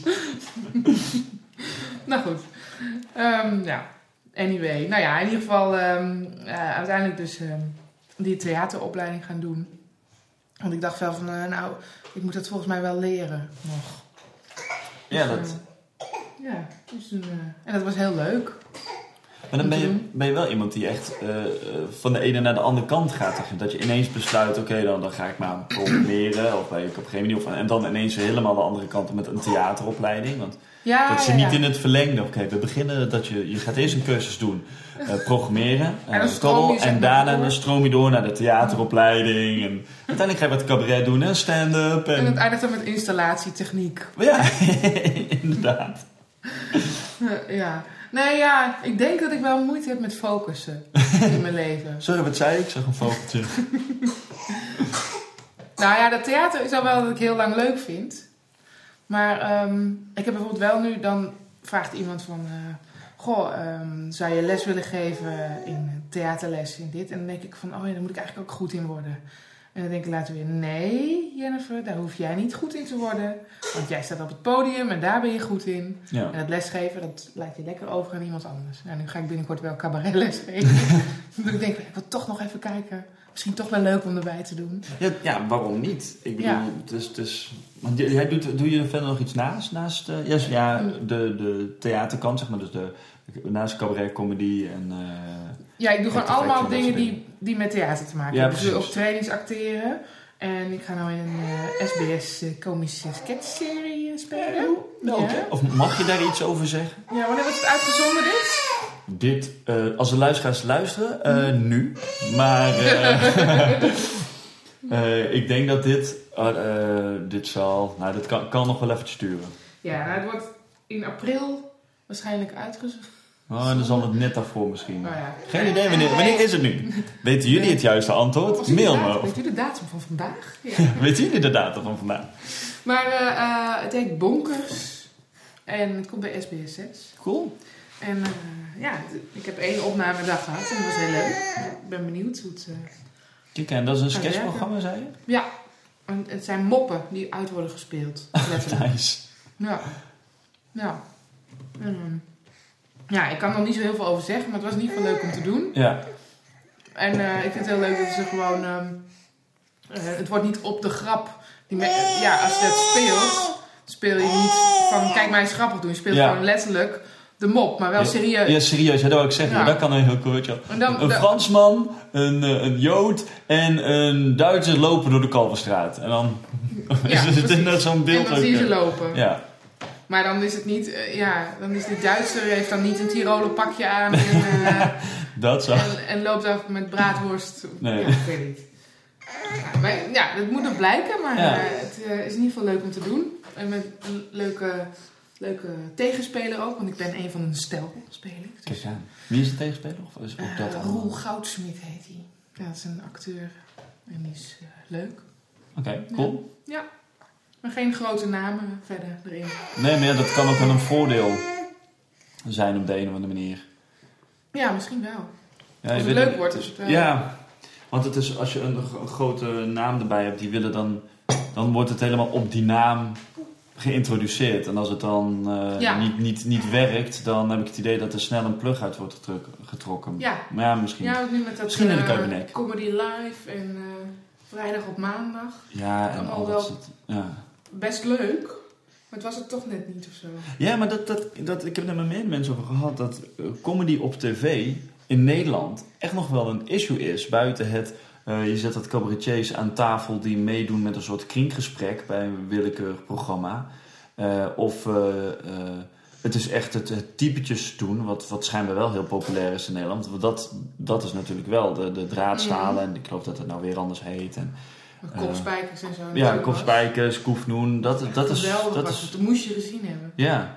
Nou goed. Ja. Anyway. Nou ja, in ieder geval uiteindelijk dus die theateropleiding gaan doen. Want ik dacht wel van, ik moet dat volgens mij wel leren nog. Ja, Dus, dat... ja, dus en dat was heel leuk. Maar dan ben je wel iemand die echt van de ene naar de andere kant gaat. Dat je ineens besluit, oké, dan ga ik maar programmeren. Of ben ik op een gegeven moment en dan ineens helemaal de andere kant met een theateropleiding. Want dat is niet in het verlengde. Oké, we beginnen dat je gaat eerst een cursus doen. Programmeren. En daarna dan stroom je door naar de theateropleiding. En uiteindelijk ga je wat cabaret doen en stand-up. En het eindigt dan met installatietechniek. Ja, inderdaad. Ja. Nee, ja, ik denk dat ik wel moeite heb met focussen in mijn leven. Sorry, wat zei ik? Ik zag een vogeltje. Nou ja, dat theater is al wel dat ik heel lang leuk vind. Maar ik heb bijvoorbeeld wel nu, dan vraagt iemand van... zou je les willen geven in theaterles in dit? En dan denk ik van, daar moet ik eigenlijk ook goed in worden. En dan denk ik later weer, nee Jennifer, daar hoef jij niet goed in te worden. Want jij staat op het podium en daar ben je goed in. Ja. En het lesgeven, dat laat je lekker over aan iemand anders. Nou, nu ga ik binnenkort wel cabaretles geven. Dan denk ik wil toch nog even kijken. Misschien toch wel leuk om erbij te doen. Ja, waarom niet? Ik bedoel, want jij doe je verder nog iets naast de theaterkant, zeg maar. Dus naast cabaret, comedy en... ja, ik doe gewoon allemaal dingen die met theater te maken hebben. Dus ook trainingsacteren. En ik ga nou in een SBS komische sketchserie spelen. Of mag je daar iets over zeggen? Ja, wanneer wordt het uitgezonden dit? Als de luisteraars luisteren, nu. Maar ik denk dat dit zal... Nou, dit kan nog wel even sturen. Ja, het wordt in april waarschijnlijk uitgezonden. Dan zal het net daarvoor misschien. Oh ja. Geen idee, wanneer is het nu? Weten jullie het juiste antwoord? Mail me. Weet u de datum van vandaag? Ja. Weten jullie de datum van vandaag? Maar het heet Bonkers. En het komt bij SBS 6. Cool. En ik heb 1 opnamedag gehad en dat was heel leuk. Ik ben benieuwd hoe het... Kijk, en dat is een sketchprogramma, zei je? Ja. En het zijn moppen die uit worden gespeeld. Nice. Ja. Ja. Ja, ik kan er niet zo heel veel over zeggen, maar het was in ieder geval leuk om te doen. Ja. En ik vind het heel leuk dat ze gewoon... het wordt niet op de grap. Als je dat speelt, speel je niet van... Kijk, mij eens grappig doen. Je speelt gewoon letterlijk de mop, maar wel serieus. Ja, serieus. Dat wil ik zeggen. Ja. Dat kan een heel kortje. Een Fransman, een Jood en een Duitser lopen door de Kalverstraat. En dan is het net zo'n beeld. En dan zie je ze lopen. Ja. Maar dan is het niet, dan is die Duitser heeft dan niet een Tiroler pakje aan Dat zou... en loopt af met braadworst. Nee. Ja, ik weet niet. Maar dat moet nog blijken, maar het is in ieder geval leuk om te doen. En met een leuke tegenspeler ook, want ik ben een van een stel, speel ik. Dus. Kijk aan. Wie is de tegenspeler? Of is ook dat Roel Goudsmit heet hij. Ja, dat is een acteur en die is leuk. Oké, cool. Ja, maar geen grote namen verder erin. Nee, maar dat kan ook wel een voordeel zijn op de een of andere manier. Ja, misschien wel. Ja, Als het leuk wordt, is het wel. Ja, want het is, als je een grote naam erbij hebt, die willen dan wordt het helemaal op die naam geïntroduceerd. En als het dan niet werkt, dan heb ik het idee dat er snel een plug uit wordt getrokken. Ja. Maar ja, misschien. Ja, ook nu met dat misschien in de Kuipernek. Comedy Live en vrijdag op maandag. Ja, en al dat soort, best leuk, maar het was het toch net niet of zo. Ja, maar dat ik heb er met meer mensen over gehad, dat comedy op tv in Nederland echt nog wel een issue is. Buiten het, je zet dat cabaretiers aan tafel die meedoen met een soort kringgesprek bij een willekeurig programma. Het is echt het typetjes doen, wat schijnbaar wel heel populair is in Nederland. Dat is natuurlijk wel de draadstalen. En ik geloof dat het nou weer anders heet. En, kopspijkers en zo. Ja, kopspijkers, koefnoen. Dat is dat moest je gezien hebben. Ja.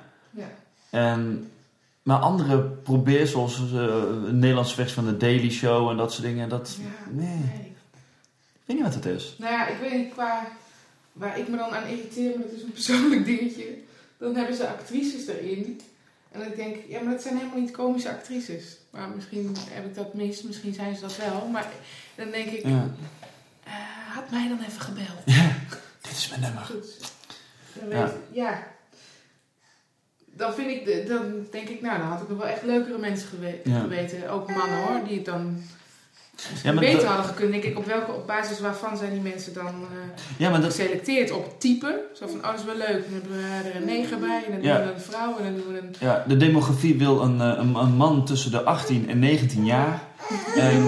Maar andere probeer, zoals een Nederlandse versie van de Daily Show en dat soort dingen. Nee. Ik weet niet wat het is. Nou ja, ik weet niet waar ik me dan aan irriteer, maar dat is een persoonlijk dingetje. Dan hebben ze actrices erin. En dan denk ik, maar dat zijn helemaal niet komische actrices. Maar misschien heb ik dat mis, misschien zijn ze dat wel. Maar dan denk ik, had mij dan even gebeld. Ja, dit is mijn nummer. Goed. Dan denk ik, dan had ik nog wel echt leukere mensen geweten. Ook mannen hoor, die het dan beter hadden gekund. Denk ik, op basis waarvan zijn die mensen dan geselecteerd? Op type. Zo van, dat is wel leuk. Dan hebben we er een neger bij. En dan doen we een vrouw. En dan doen we een... Ja, de demografie wil een man tussen de 18 en 19 jaar. En...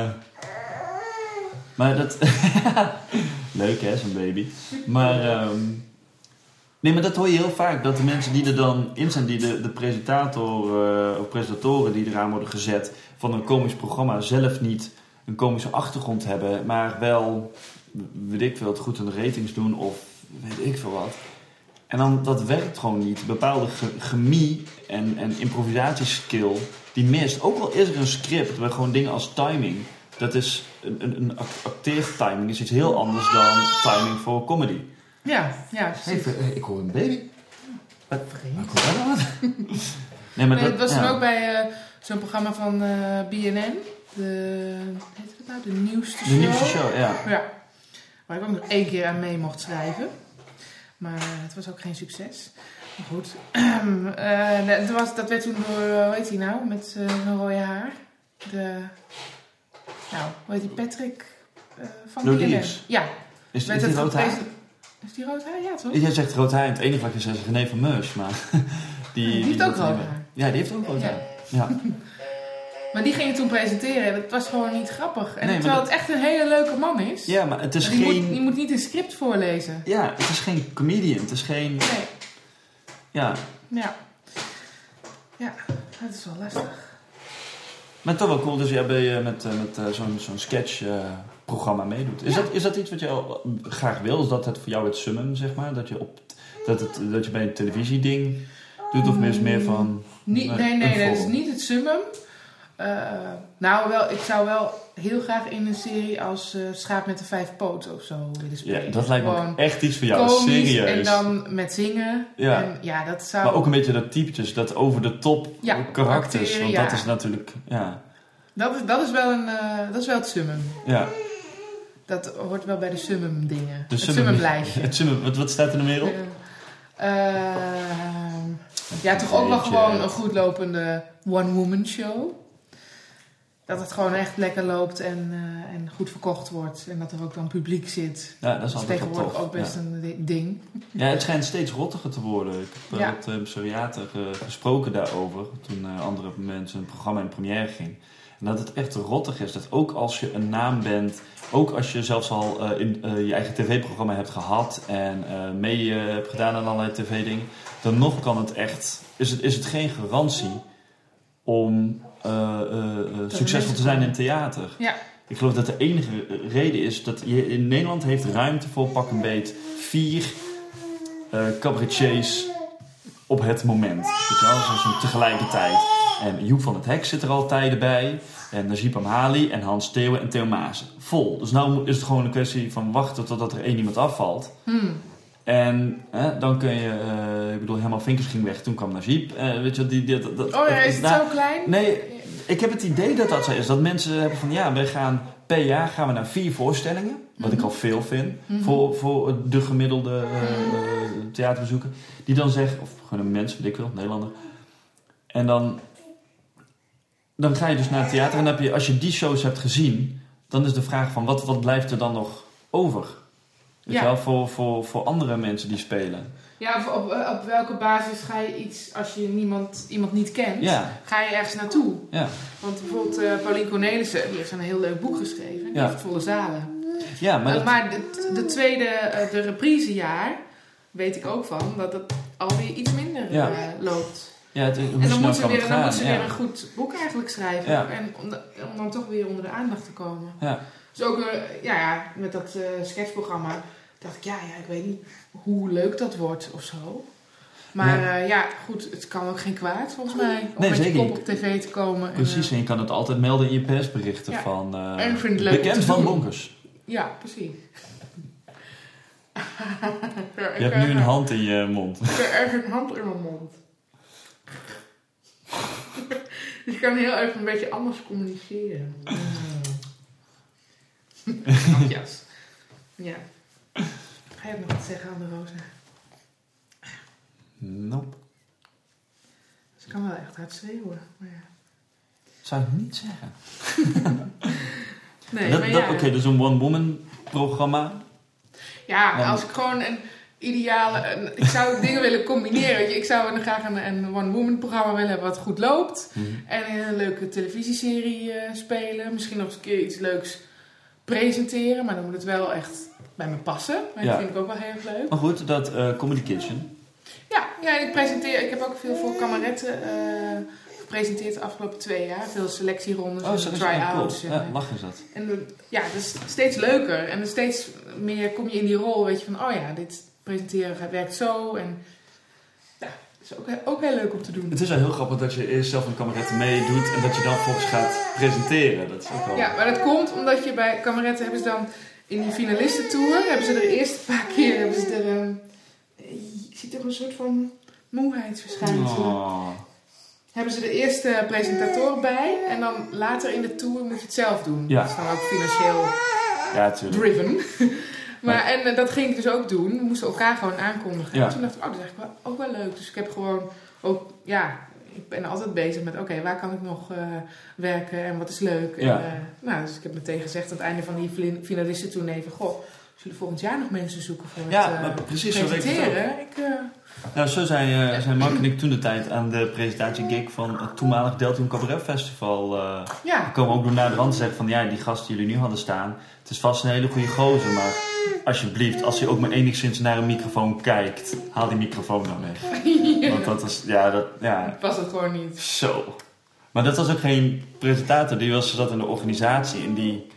maar dat... leuk hè, zo'n baby. Maar... Nee, maar dat hoor je heel vaak. Dat de mensen die er dan in zijn, die de presentatoren die eraan worden gezet van een komisch programma, zelf niet een komische achtergrond hebben, maar wel, weet ik veel, het goed in de ratings doen of weet ik veel wat. En dan, dat werkt gewoon niet. Bepaalde chemie en improvisatieskill, die mist. Ook al is er een script, waar gewoon dingen als timing, dat is een acteertiming is iets heel anders dan timing voor comedy. Ja, precies. Ik hoor een baby. Wat vreemd. Nee, maar dat was dan ook bij zo'n programma van BNN. Heet het nou? De nieuwste show. De nieuwste show, ja. Waar ik ook nog 1 keer aan mee mocht schrijven. Maar het was ook geen succes. Maar goed. Dat werd toen door, hoe heet hij nou? Met zijn rode haar. Hoe heet die? Patrick van BNN. Ja. Is die rood haar? Is die rood haar? Ja, toch? Jij zegt rood haar en het enige wat je zegt is René van Meus, maar... die heeft ook rood haar. Ja, die heeft ook rood haar. Ja. Maar die ging je toen presenteren en dat was gewoon niet grappig. En terwijl het echt een hele leuke man is. Ja, maar het is Je moet niet een script voorlezen. Ja, het is geen comedian. Het is geen... Nee. Ja. Ja, dat is wel lastig. Maar toch wel cool dat jij met zo'n sketchprogramma meedoet. Is dat iets wat je graag wil? Is dat het voor jou het summum, zeg maar? Dat je bij een televisieding doet? Of meer van... Nee, dat is niet het summum. Ik zou wel heel graag in een serie als Schaap met de 5 poten of zo willen spelen. Ja, dat lijkt me ook echt iets voor jou. Komisch, serieus. en dan met zingen. Ja. En, dat zou... Maar ook een beetje dat typetjes, dat over de top karakters. Want dat is natuurlijk... Ja. Dat is wel het summum. Ja. Dat hoort wel bij de summum dingen. Het summumlijstje. Het summum, wat staat er nog meer op? Toch ook wel gewoon een goed lopende one-woman show. Dat het gewoon echt lekker loopt en goed verkocht wordt. En dat er ook dan publiek zit. Ja, dat is altijd tegenwoordig tof. ook best een ding. Ja, het schijnt steeds rottiger te worden. Ik heb met psoriater gesproken daarover. Toen andere mensen een programma in première ging. En dat het echt rottig is. Dat ook als je een naam bent ook als je zelfs al je eigen tv-programma hebt gehad en mee hebt gedaan aan allerlei tv-dingen, dan nog kan het echt, is het geen garantie om succesvol te zijn in theater. Ja. Ik geloof dat de enige reden is dat je in Nederland heeft ruimte voor pak een beet 4 cabaretiers op het moment. Weet je wel, zoals tegelijkertijd. En Joep van het Hek zit er al tijden bij. En Najib Amhali en Hans Theeuwen en Theo Maassen. Vol. Dus nou is het gewoon een kwestie van wachten totdat er 1 iemand afvalt. En dan kun je... ik bedoel, Herman Vinkers ging weg. Toen kwam Najib. Weet je, is het zo klein? Nee, ik heb het idee dat dat zo is. Dat mensen hebben van... Ja, wij gaan per jaar gaan we naar 4 voorstellingen. Wat ik al veel vind. Voor de gemiddelde theaterbezoeker. Die dan zeggen... Of gewoon een mens, weet ik wel. Nederlander. En dan ga je dus naar het theater. En dan heb je, als je die shows hebt gezien... Dan is de vraag van... Wat blijft er dan nog over? Weet je wel, voor andere mensen die spelen. Ja, op welke basis ga je iets, als je iemand niet kent, ga je ergens naartoe? Ja. Want bijvoorbeeld Paulien Cornelissen, die heeft een heel leuk boek geschreven. Die heeft volle zalen. Ja, maar de tweede reprisejaar, weet ik ook van, dat het alweer iets minder loopt. Ja, en dan moet ze weer een goed boek eigenlijk schrijven. Ja. En om dan toch weer onder de aandacht te komen. Ja. Dus ook met dat sketchprogramma dacht ik, ik weet niet hoe leuk dat wordt of zo. Maar goed, het kan ook geen kwaad volgens mij. Om met je kop op tv te komen. Precies, en je kan het altijd melden in je persberichten van... en ik vind het leuk bekend van Bonkers. Ja, precies. Je hebt nu een hand in je mond. Ik heb ergens een hand in mijn mond. Dus ik kan heel even een beetje anders communiceren. Grapjas. Ja. Ga je ook nog wat zeggen aan de Rosa? Nope. Ze kan wel echt hard schreeuwen. Maar ja. Zou ik niet zeggen. Nee, Oké, dus een one-woman programma. Ja, als ik gewoon een ideale... Ik zou dingen willen combineren. Weet je. Ik zou graag een one-woman programma willen hebben wat goed loopt. En een leuke televisieserie spelen. Misschien nog eens een keer iets leuks presenteren. Maar dan moet het wel echt bij me passen. Maar dat vind ik ook wel heel erg leuk. Maar goed, dat Comedy Kitchen. Ja, ik heb ook veel voor Kameretten gepresenteerd de afgelopen 2 jaar. Veel selectierondes en try-outs. Cool. Ja, lachen is dat. En dat is steeds leuker. En steeds meer kom je in die rol, weet je, van dit presenteren werkt zo. En ja, dat is ook heel leuk om te doen. Het is wel heel grappig dat je eerst zelf een Kameretten meedoet en dat je dan volgens gaat presenteren. Dat is ook wel... Ja, maar dat komt omdat je bij Kameretten hebben ze dan in die finalistentour, hebben ze er eerst een paar keer, ik zie toch een soort van moeheidsverschijnselen. Hebben ze de eerste presentatoren bij en dan later in de tour moet je het zelf doen. Ja. Dat is dan ook financieel driven. En dat ging ik dus ook doen. We moesten elkaar gewoon aankondigen. En toen dacht ik, dat is eigenlijk ook wel leuk. Dus ik heb gewoon ook, ik ben altijd bezig met, waar kan ik nog werken en wat is leuk. Ja. En, dus ik heb meteen gezegd aan het einde van die finalisten toen even, zullen volgend jaar nog mensen zoeken voor het presenteren? Zo zijn Mark en ik toen de tijd aan de presentatiegig van het toenmalig Deltium Cabaret Festival. We komen ook door naar de rand te zeggen van die gasten die jullie nu hadden staan. Het is vast een hele goede gozer, maar alsjeblieft, als je ook maar enigszins naar een microfoon kijkt, haal die microfoon dan weg. Want dat is, was het gewoon niet. Zo. Maar dat was ook geen presentator, die zat in de organisatie en die,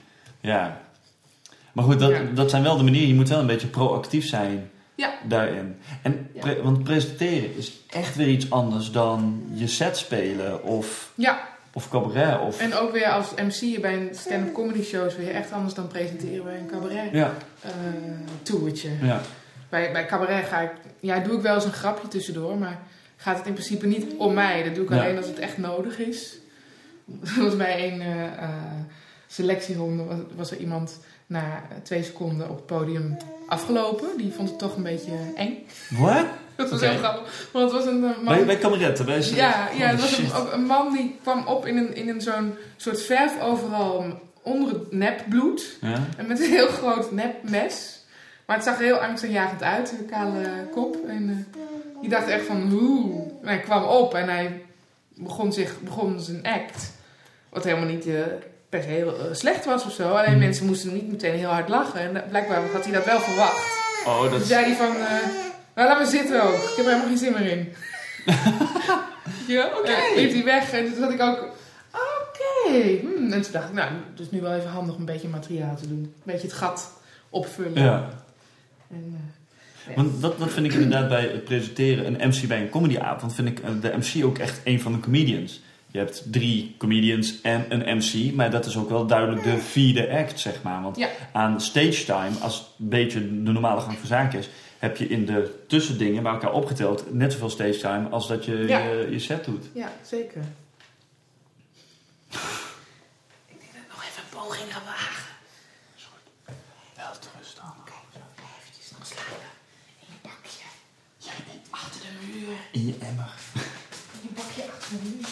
Maar goed, dat zijn wel de manieren, je moet wel een beetje proactief zijn. Ja. Daarin. Want presenteren is echt weer iets anders dan je set spelen of cabaret. En ook weer als MC bij een stand-up comedy show is weer echt anders dan presenteren bij een cabaret toertje. Ja. Bij cabaret doe ik wel eens een grapje tussendoor, maar gaat het in principe niet om mij. Dat doe ik alleen als het echt nodig is. Zoals bij een selectieronde was er iemand na 2 seconden op het podium afgelopen. Die vond het toch een beetje eng. Wat? Dat was heel grappig. Want het was een man... Bij Kameretten? Het was een man die kwam op in een zo'n soort verf overal onder het nepbloed. Ja. En met een heel groot nepmes. Maar het zag er heel angstaanjagend uit, een kale kop. En die dacht echt van hoe. En hij kwam op en hij begon zijn act. Wat helemaal niet per se heel slecht was of zo. Alleen mensen moesten niet meteen heel hard lachen. En blijkbaar had hij dat wel verwacht. Oh, Toen zei hij van, nou laat me zitten ook. Ik heb er helemaal geen zin meer in. Ja, liep hij weg. En toen had ik ook, En toen dacht ik, nou, het is nu wel even handig om een beetje materiaal te doen. Een beetje het gat opvullen. Ja. En, Want dat vind ik inderdaad bij het presenteren een MC bij een comedyavond, vind ik de MC ook echt een van de comedians. Je hebt 3 comedians en een MC, maar dat is ook wel duidelijk de vierde act, zeg maar. Want aan stage time, als het een beetje de normale gang van zaken is, heb je in de tussendingen bij elkaar opgeteld net zoveel stage time als dat je je set doet. Ja, zeker. Ik denk dat ik nog even een poging ga wagen. Wel te rustig. Oké, eventjes nog slapen. In je bakje. Ja, achter de muur. In je emmer. In je bakje achter de muur.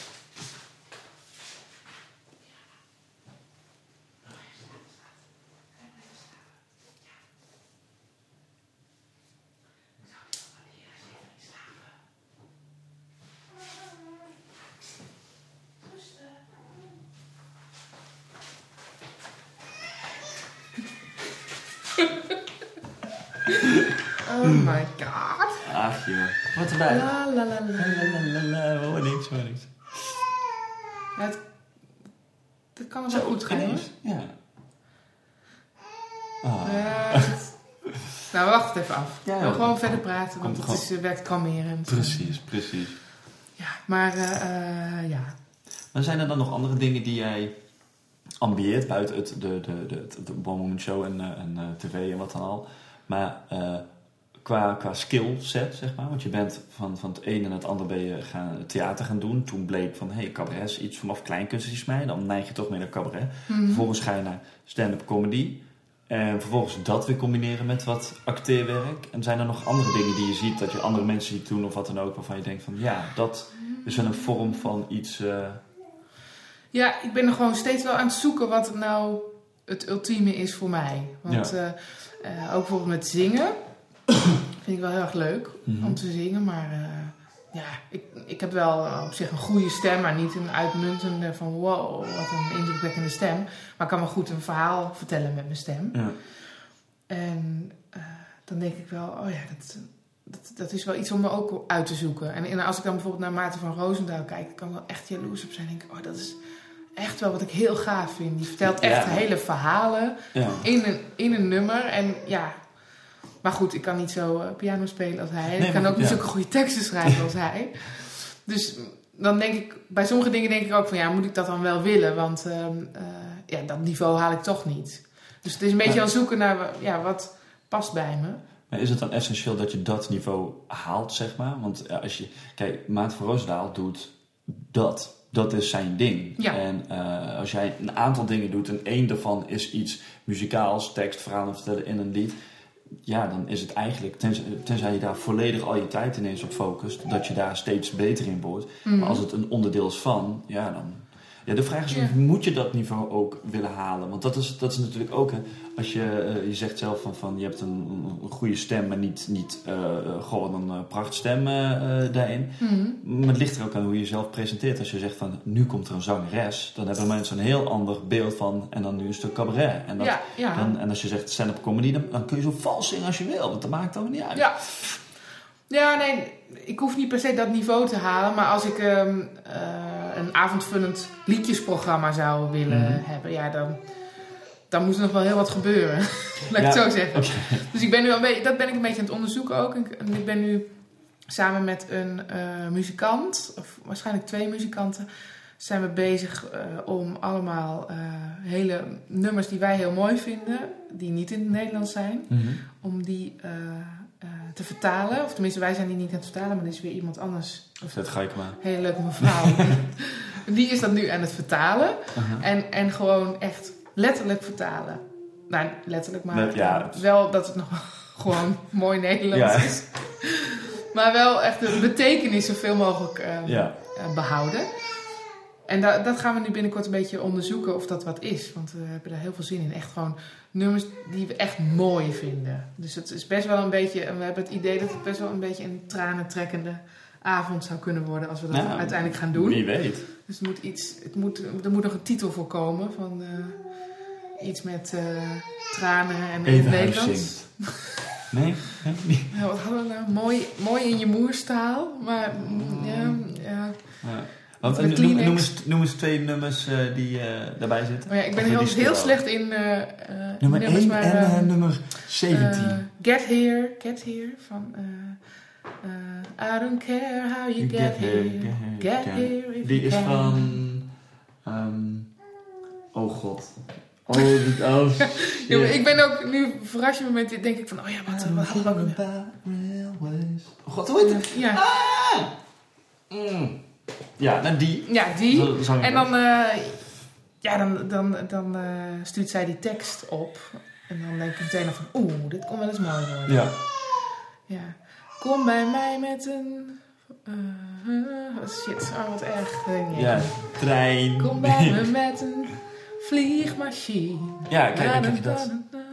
Oh my god. Ach joh. Wat erbij? La la la la. Hoor niks. Ja, dat kan wel goed gaan, hoor. Ja. Nou, wacht het even af. Ja, we gewoon verder praten, want komt het werkt kalmerend. Precies. Ja, maar ja. Maar zijn er dan nog andere dingen die jij ambieert buiten de One Woman Show en tv en wat dan al? Maar qua skillset, zeg maar. Want je bent van het een en het ander ben je theater gaan doen. Toen bleek van, cabaret is iets vanaf kleinkunst is mij. Dan neig je toch meer naar cabaret. Mm-hmm. Vervolgens ga je naar stand-up comedy. En vervolgens dat weer combineren met wat acteerwerk. En zijn er nog andere dingen die je ziet, dat je andere mensen ziet doen of wat dan ook, waarvan je denkt van, ja, dat is wel een vorm van iets... Ja, ik ben er gewoon steeds wel aan het zoeken wat nou het ultieme is voor mij. Want ook bijvoorbeeld met zingen vind ik wel heel erg leuk om te zingen. Maar ik heb wel op zich een goede stem, maar niet een uitmuntende van wow, wat een indrukwekkende stem. Maar ik kan wel goed een verhaal vertellen met mijn stem. Ja. En dan denk ik wel, oh ja, dat is wel iets om me ook uit te zoeken. En als ik dan bijvoorbeeld naar Maarten van Roosendaal kijk, dan kan ik wel echt jaloers op zijn. En denk ik, dat is echt wel wat ik heel gaaf vind. Die vertelt echt hele verhalen in een nummer. En ja, maar goed, ik kan niet zo piano spelen als hij. Ik kan ook niet zulke goede teksten schrijven als hij. Dus dan denk ik, bij sommige dingen denk ik ook van, ja, moet ik dat dan wel willen? Want dat niveau haal ik toch niet. Dus het is een beetje aan zoeken naar, wat past bij me. Maar is het dan essentieel dat je dat niveau haalt, zeg maar? Want als je... Kijk, Maarten van Roosendaal doet dat. Dat is zijn ding. Ja. En als jij een aantal dingen doet en één daarvan is iets muzikaals, tekst, verhalen vertellen in een lied, ja, dan is het eigenlijk, tenzij je daar volledig al je tijd ineens op focust, dat je daar steeds beter in wordt. Mm-hmm. Maar als het een onderdeel is van, ja, dan... Ja, de vraag is, moet je dat niveau ook willen halen? Want dat is natuurlijk ook, hè, als je zegt zelf van je hebt een goede stem, maar niet gewoon een prachtstem daarin. Mm-hmm. Maar het ligt er ook aan hoe je jezelf presenteert. Als je zegt van, nu komt er een zangeres, dan hebben mensen een heel ander beeld van, en dan nu een stuk cabaret. En, en als je zegt stand-up comedy, dan kun je zo vals zingen als je wil, want dat maakt dan niet uit. Ja. Ja, nee, ik hoef niet per se dat niveau te halen, maar als ik een avondvullend liedjesprogramma zou willen hebben, dan moet er nog wel heel wat gebeuren. Laat ik het zo zeggen. Okay. Dus ik ben nu dat ben ik een beetje aan het onderzoeken ook. En ik ben nu samen met een muzikant, of waarschijnlijk 2 muzikanten, zijn we bezig om allemaal hele nummers die wij heel mooi vinden, die niet in het Nederlands zijn, om die te vertalen. Of tenminste, wij zijn die niet aan het vertalen, maar er is weer iemand anders. Dat ga ik maar. Hele leuke mevrouw. Die is dat nu aan het vertalen. En gewoon echt letterlijk vertalen. Nou, letterlijk maar. Wel dat het nog gewoon mooi Nederlands is. Maar wel echt de betekenis zoveel mogelijk behouden. En dat gaan we nu binnenkort een beetje onderzoeken of dat wat is. Want we hebben daar heel veel zin in. Echt gewoon nummers die we echt mooi vinden. Dus het is best wel een beetje... En we hebben het idee dat het best wel een beetje een tranentrekkende avond zou kunnen worden als we dat uiteindelijk gaan doen. Wie weet. Dus er moet nog een titel voor komen van iets met tranen en in het Nederlands. Nee? Ja, wat hadden we nou? Mooi in je moerstaal, maar ja. Noem eens 2 nummers die daarbij zitten. Oh ja, ik ben heel slecht in nummer 1 en nummer 17. Get Here van I don't care how you get here. Get here if die you is can. van oh god. Ik ben ook, nu verras je me met dit, denk ik van, wat hadden we oh god, hoe heet het? Ja. Ja, nou die. Ja, die. En dan stuurt zij die tekst op. En dan denk ik meteen van, dit kon wel eens mooi worden. Ja. Kom bij mij met een... shit, wat erg. Ja, trein. Kom bij me met een vliegmachine. Ja, kijk je dat.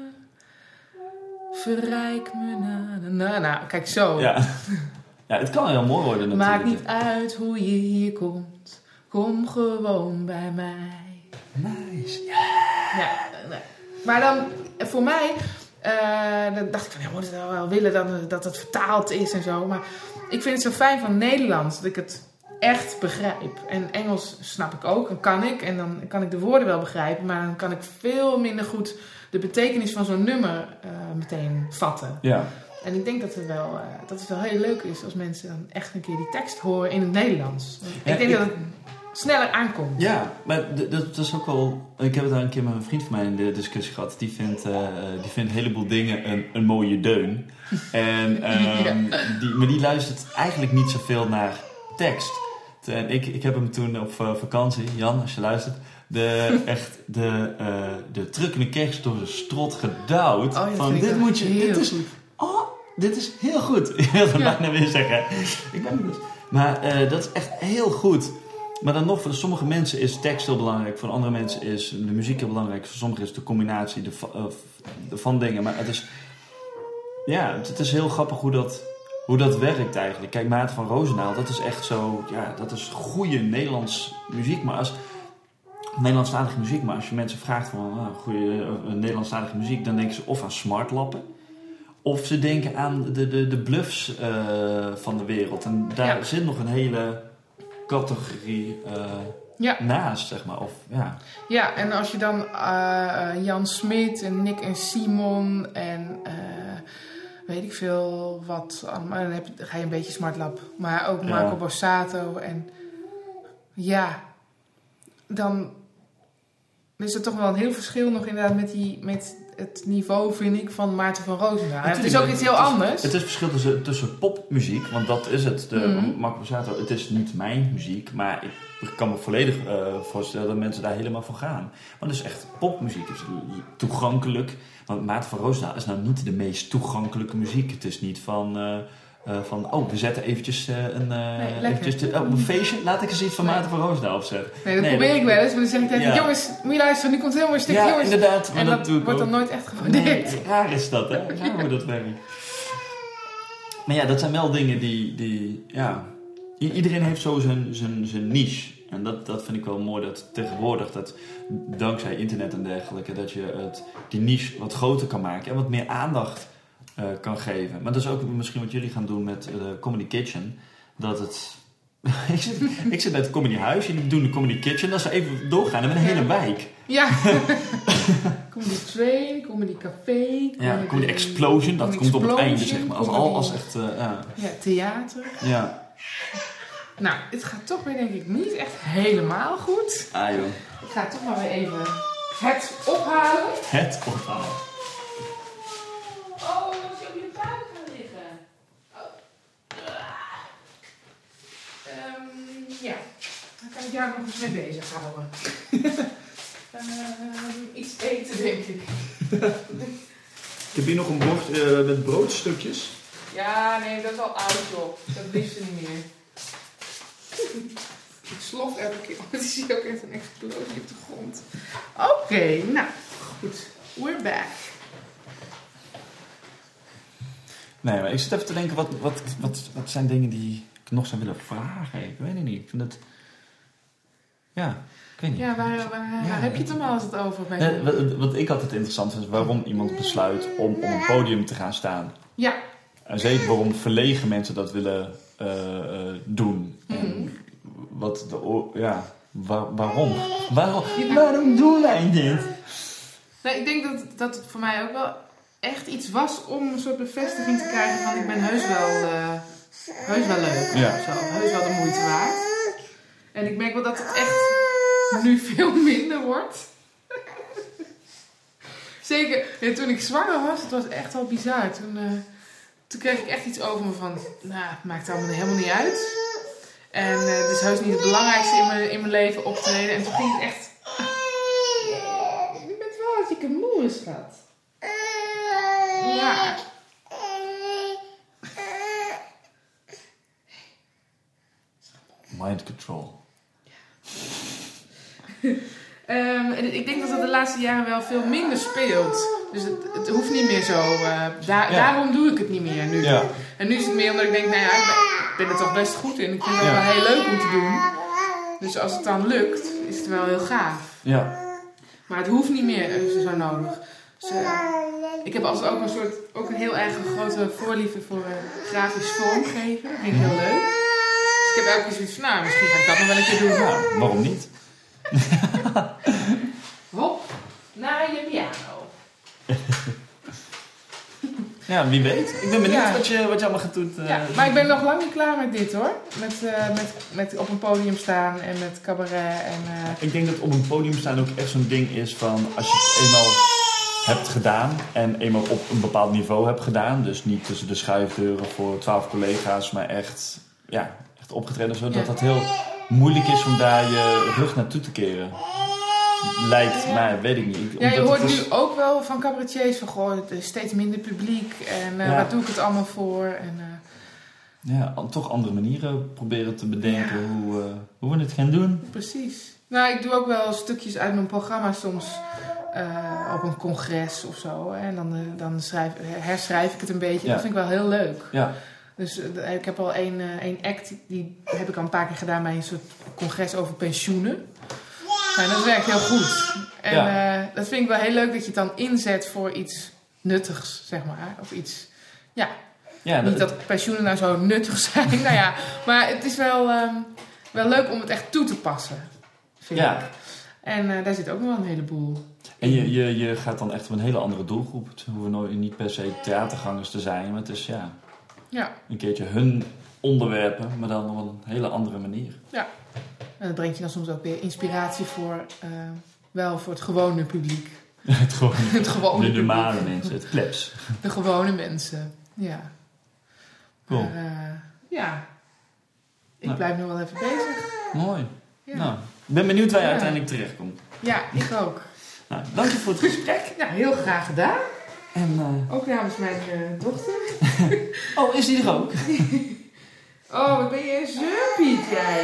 Verrijk me nou, kijk zo. Ja, het kan heel mooi worden natuurlijk. Maakt niet uit hoe je hier komt. Kom gewoon bij mij. Nice. Ja, maar dan, voor mij... dan dacht ik van, moet het wel willen dat het vertaald is en zo. Maar ik vind het zo fijn van Nederlands dat ik het echt begrijp. En Engels snap ik ook en kan ik. En dan kan ik de woorden wel begrijpen. Maar dan kan ik veel minder goed de betekenis van zo'n nummer meteen vatten. Ja. En ik denk dat het wel heel leuk is als mensen dan echt een keer die tekst horen in het Nederlands. Ik denk dat het sneller aankomt. Ja, maar dat is ook wel... Ik heb het daar een keer met een vriend van mij in de discussie gehad. Die vindt een heleboel dingen een mooie deun. En, maar die luistert eigenlijk niet zoveel naar tekst. En ik heb hem toen op vakantie, Jan, als je luistert... de trukkende kerst door zijn strot gedouwd. Van dit moet je... Dit is heel goed. Ik wilde bijna weer zeggen. Ik ben dus. Maar dat is echt heel goed. Maar dan nog, voor sommige mensen is tekst heel belangrijk. Voor andere mensen is de muziek heel belangrijk. Voor sommigen is de combinatie van dingen. Maar het is heel grappig hoe dat werkt eigenlijk. Kijk, Maarten van Roosendaal, dat is echt zo... Ja, dat is goede Nederlands muziek. Maar Nederlandstalige muziek. Maar als je mensen vraagt van goede Nederlandstalige muziek... dan denken ze of aan smartlappen... of ze denken aan de bluffs van de wereld. En daar zit nog een hele... categorie naast, zeg maar. Ja, en als je dan Jan Smit en Nick en Simon en weet ik veel wat, dan ga je een beetje smartlap. Maar ook Marco Borsato en dan is er toch wel een heel verschil nog inderdaad met het niveau, vind ik, van Maarten van Roosendaal. Het is ook iets heel anders. Het is het verschil tussen popmuziek, want dat is het. Marco Borsato, het is niet mijn muziek, maar ik kan me volledig voorstellen dat mensen daar helemaal voor gaan. Want het is echt popmuziek, het is toegankelijk. Want Maarten van Roosendaal is nou niet de meest toegankelijke muziek. Het is niet van we zetten eventjes een feestje. Laat ik eens iets van Maarten van Roosendaal opzetten. Nee, dat probeer ik wel eens. Maar dan zeg ik tegen jongens, moet je luisteren, nu komt helemaal een stukje jongens. Inderdaad. En dat wordt dan nooit echt gewaardeerd. Nee, raar is dat, hè? Raar hoe dat werkt. Maar ja, dat zijn wel dingen die iedereen heeft zo zijn niche. En dat vind ik wel mooi, dat tegenwoordig, dat dankzij internet en dergelijke, dat je die niche wat groter kan maken en wat meer aandacht kan geven. Maar dat is ook misschien wat jullie gaan doen met de Comedy Kitchen. Dat het... ik zit bij het Comedy Huis, jullie doen de Comedy Kitchen. Dat ze even doorgaan met een hele wijk. Ja. Comedy Train, Comedy Café. Comedy Explosion, dat komt op het einde, zeg maar. Als echt... theater. Ja. Nou, het gaat toch weer denk ik niet echt helemaal goed. Ah joh. Ik ga toch maar weer even het ophalen. Het ophalen. Oh, dan moet je op je buik gaan liggen. Ja, dan kan ik jou nog eens mee bezig houden. Iets eten, denk ik. Ik heb hier nog een bord met broodstukjes. Ja, nee, dat is al oud, joh. Dat liefst niet meer. Ik slof elke keer. Oh, dan zie je ook echt een explosie op de grond. Oké, nou, goed. We're back. Nee, maar ik zit even te denken, wat zijn dingen die nog zou willen vragen. Ik weet het niet. Ik vind het... Ja, ik weet niet. Ja, waar heb je het dan als het over bent? Wat ik altijd interessant vind, is waarom iemand besluit om op een podium te gaan staan. Ja. En zeker waarom verlegen mensen dat willen doen. En wat waarom? Waarom doen wij dit? Nou, ik denk dat het voor mij ook wel echt iets was om een soort bevestiging te krijgen van ik ben heus wel leuk. Ja. Of zo, heus wel de moeite waard. En ik merk wel dat het echt nu veel minder wordt. Zeker toen ik zwanger was, het was echt wel bizar. Toen kreeg ik echt iets over me van, nou, het maakt allemaal helemaal niet uit. En het is heus niet het belangrijkste in mijn leven optreden. En toen ging het echt... Je bent wel hartstikke moe, schat. Ja. Mind control. En ik denk dat de laatste jaren wel veel minder speelt. Dus het hoeft niet meer zo. Daarom doe ik het niet meer nu. Ja. En nu is het meer omdat ik denk, nou ja, ik ben er toch best goed in. Ik vind het ook wel heel leuk om te doen. Dus als het dan lukt, is het wel heel gaaf. Ja. Maar het hoeft niet meer zo nodig. Dus, ik heb altijd ook een heel erg grote voorliefde voor grafisch vormgeven. Dat vind ik heel leuk. Dus ik heb elke keer zoiets van, nou, misschien ga ik dat nog wel een keer doen. Ja, waarom niet? Hop, naar je piano. Ja, wie weet. Ik ben benieuwd wat je allemaal gaat doen. Ja, maar ik ben nog lang niet klaar met dit hoor. Met op een podium staan en met cabaret. Ik denk dat op een podium staan ook echt zo'n ding is van als je het eenmaal hebt gedaan en eenmaal op een bepaald niveau hebt gedaan. Dus niet tussen de schuifdeuren voor 12 collega's, maar echt opgetreden. Zodat het heel moeilijk is om daar je rug naartoe te keren. Lijkt mij, weet ik niet. Ja, je hoort nu ook wel van cabaretiers van goh, er is steeds minder publiek en waar doe ik het allemaal voor? En, ja, toch andere manieren proberen te bedenken hoe we het gaan doen. Precies. Nou, ik doe ook wel stukjes uit mijn programma soms op een congres of zo. En dan herschrijf ik het een beetje. Ja. Dat vind ik wel heel leuk. Ja. Dus ik heb al één act, die heb ik al een paar keer gedaan bij een soort congres over pensioenen. Nou, dat werkt heel goed. En dat vind ik wel heel leuk dat je het dan inzet voor iets nuttigs, zeg maar. Of iets, niet dat pensioenen nou zo nuttig zijn. Nou ja, maar het is wel leuk om het echt toe te passen, vind ik. En daar zit ook nog wel een heleboel. En je gaat dan echt op een hele andere doelgroep. Het hoeven niet per se theatergangers te zijn, maar het is een keertje hun onderwerpen, maar dan op een hele andere manier. Ja. En dat brengt je dan soms ook weer inspiratie voor het gewone publiek. Het gewone de normale mensen, het plebs. De gewone mensen, ja. Cool. Maar, ik blijf nu wel even bezig. Mooi. Ja. Nou, ik ben benieuwd waar je uiteindelijk terechtkomt. Ja, ik ook. Nou, dank je voor het gesprek. Ja, heel graag gedaan. En, ook namens mijn dochter. Oh, is die er ook? Oh, wat ben je een zeurpiet, jij.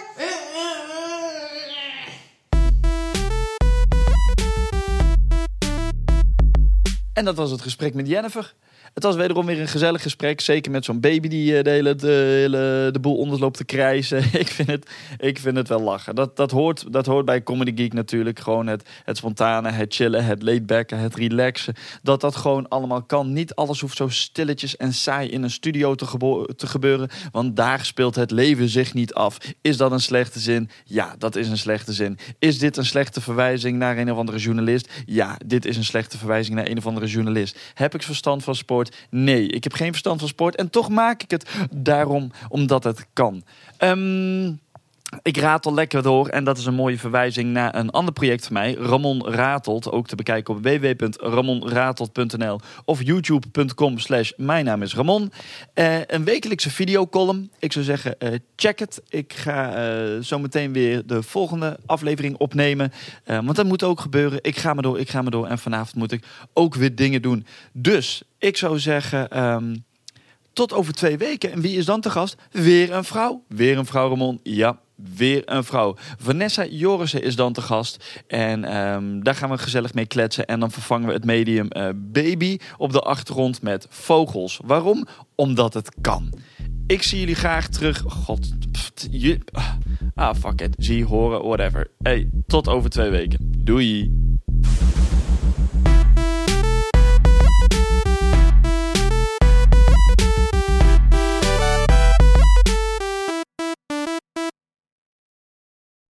En dat was het gesprek met Jennifer. Het was wederom weer een gezellig gesprek. Zeker met zo'n baby die de boel onder loopt te krijsen. Ik vind het wel lachen. Dat hoort bij Comedy Geek natuurlijk. Gewoon het spontane, het chillen, het laidbacken, het relaxen. Dat gewoon allemaal kan. Niet alles hoeft zo stilletjes en saai in een studio te gebeuren. Want daar speelt het leven zich niet af. Is dat een slechte zin? Ja, dat is een slechte zin. Is dit een slechte verwijzing naar een of andere journalist? Ja, dit is een slechte verwijzing naar een of andere journalist. Heb ik verstand van sport? Nee, ik heb geen verstand van sport en toch maak ik het daarom omdat het kan. Ik ratel lekker door en dat is een mooie verwijzing naar een ander project van mij, Ramon Ratelt, ook te bekijken op www.ramonratelt.nl of youtube.com/mijn naam is Ramon. Een wekelijkse videocolumn. Ik zou zeggen, check het. Ik ga zo meteen weer de volgende aflevering opnemen, want dat moet ook gebeuren. Ik ga maar door en vanavond moet ik ook weer dingen doen. Dus ik zou zeggen, tot over 2 weken. En wie is dan te gast? Weer een vrouw. Weer een vrouw, Ramon. Ja, weer een vrouw. Vanessa Jorissen is dan te gast. En daar gaan we gezellig mee kletsen. En dan vervangen we het medium baby op de achtergrond met vogels. Waarom? Omdat het kan. Ik zie jullie graag terug. God. Fuck it. Zie, horen, whatever. Hey, tot over 2 weken. Doei.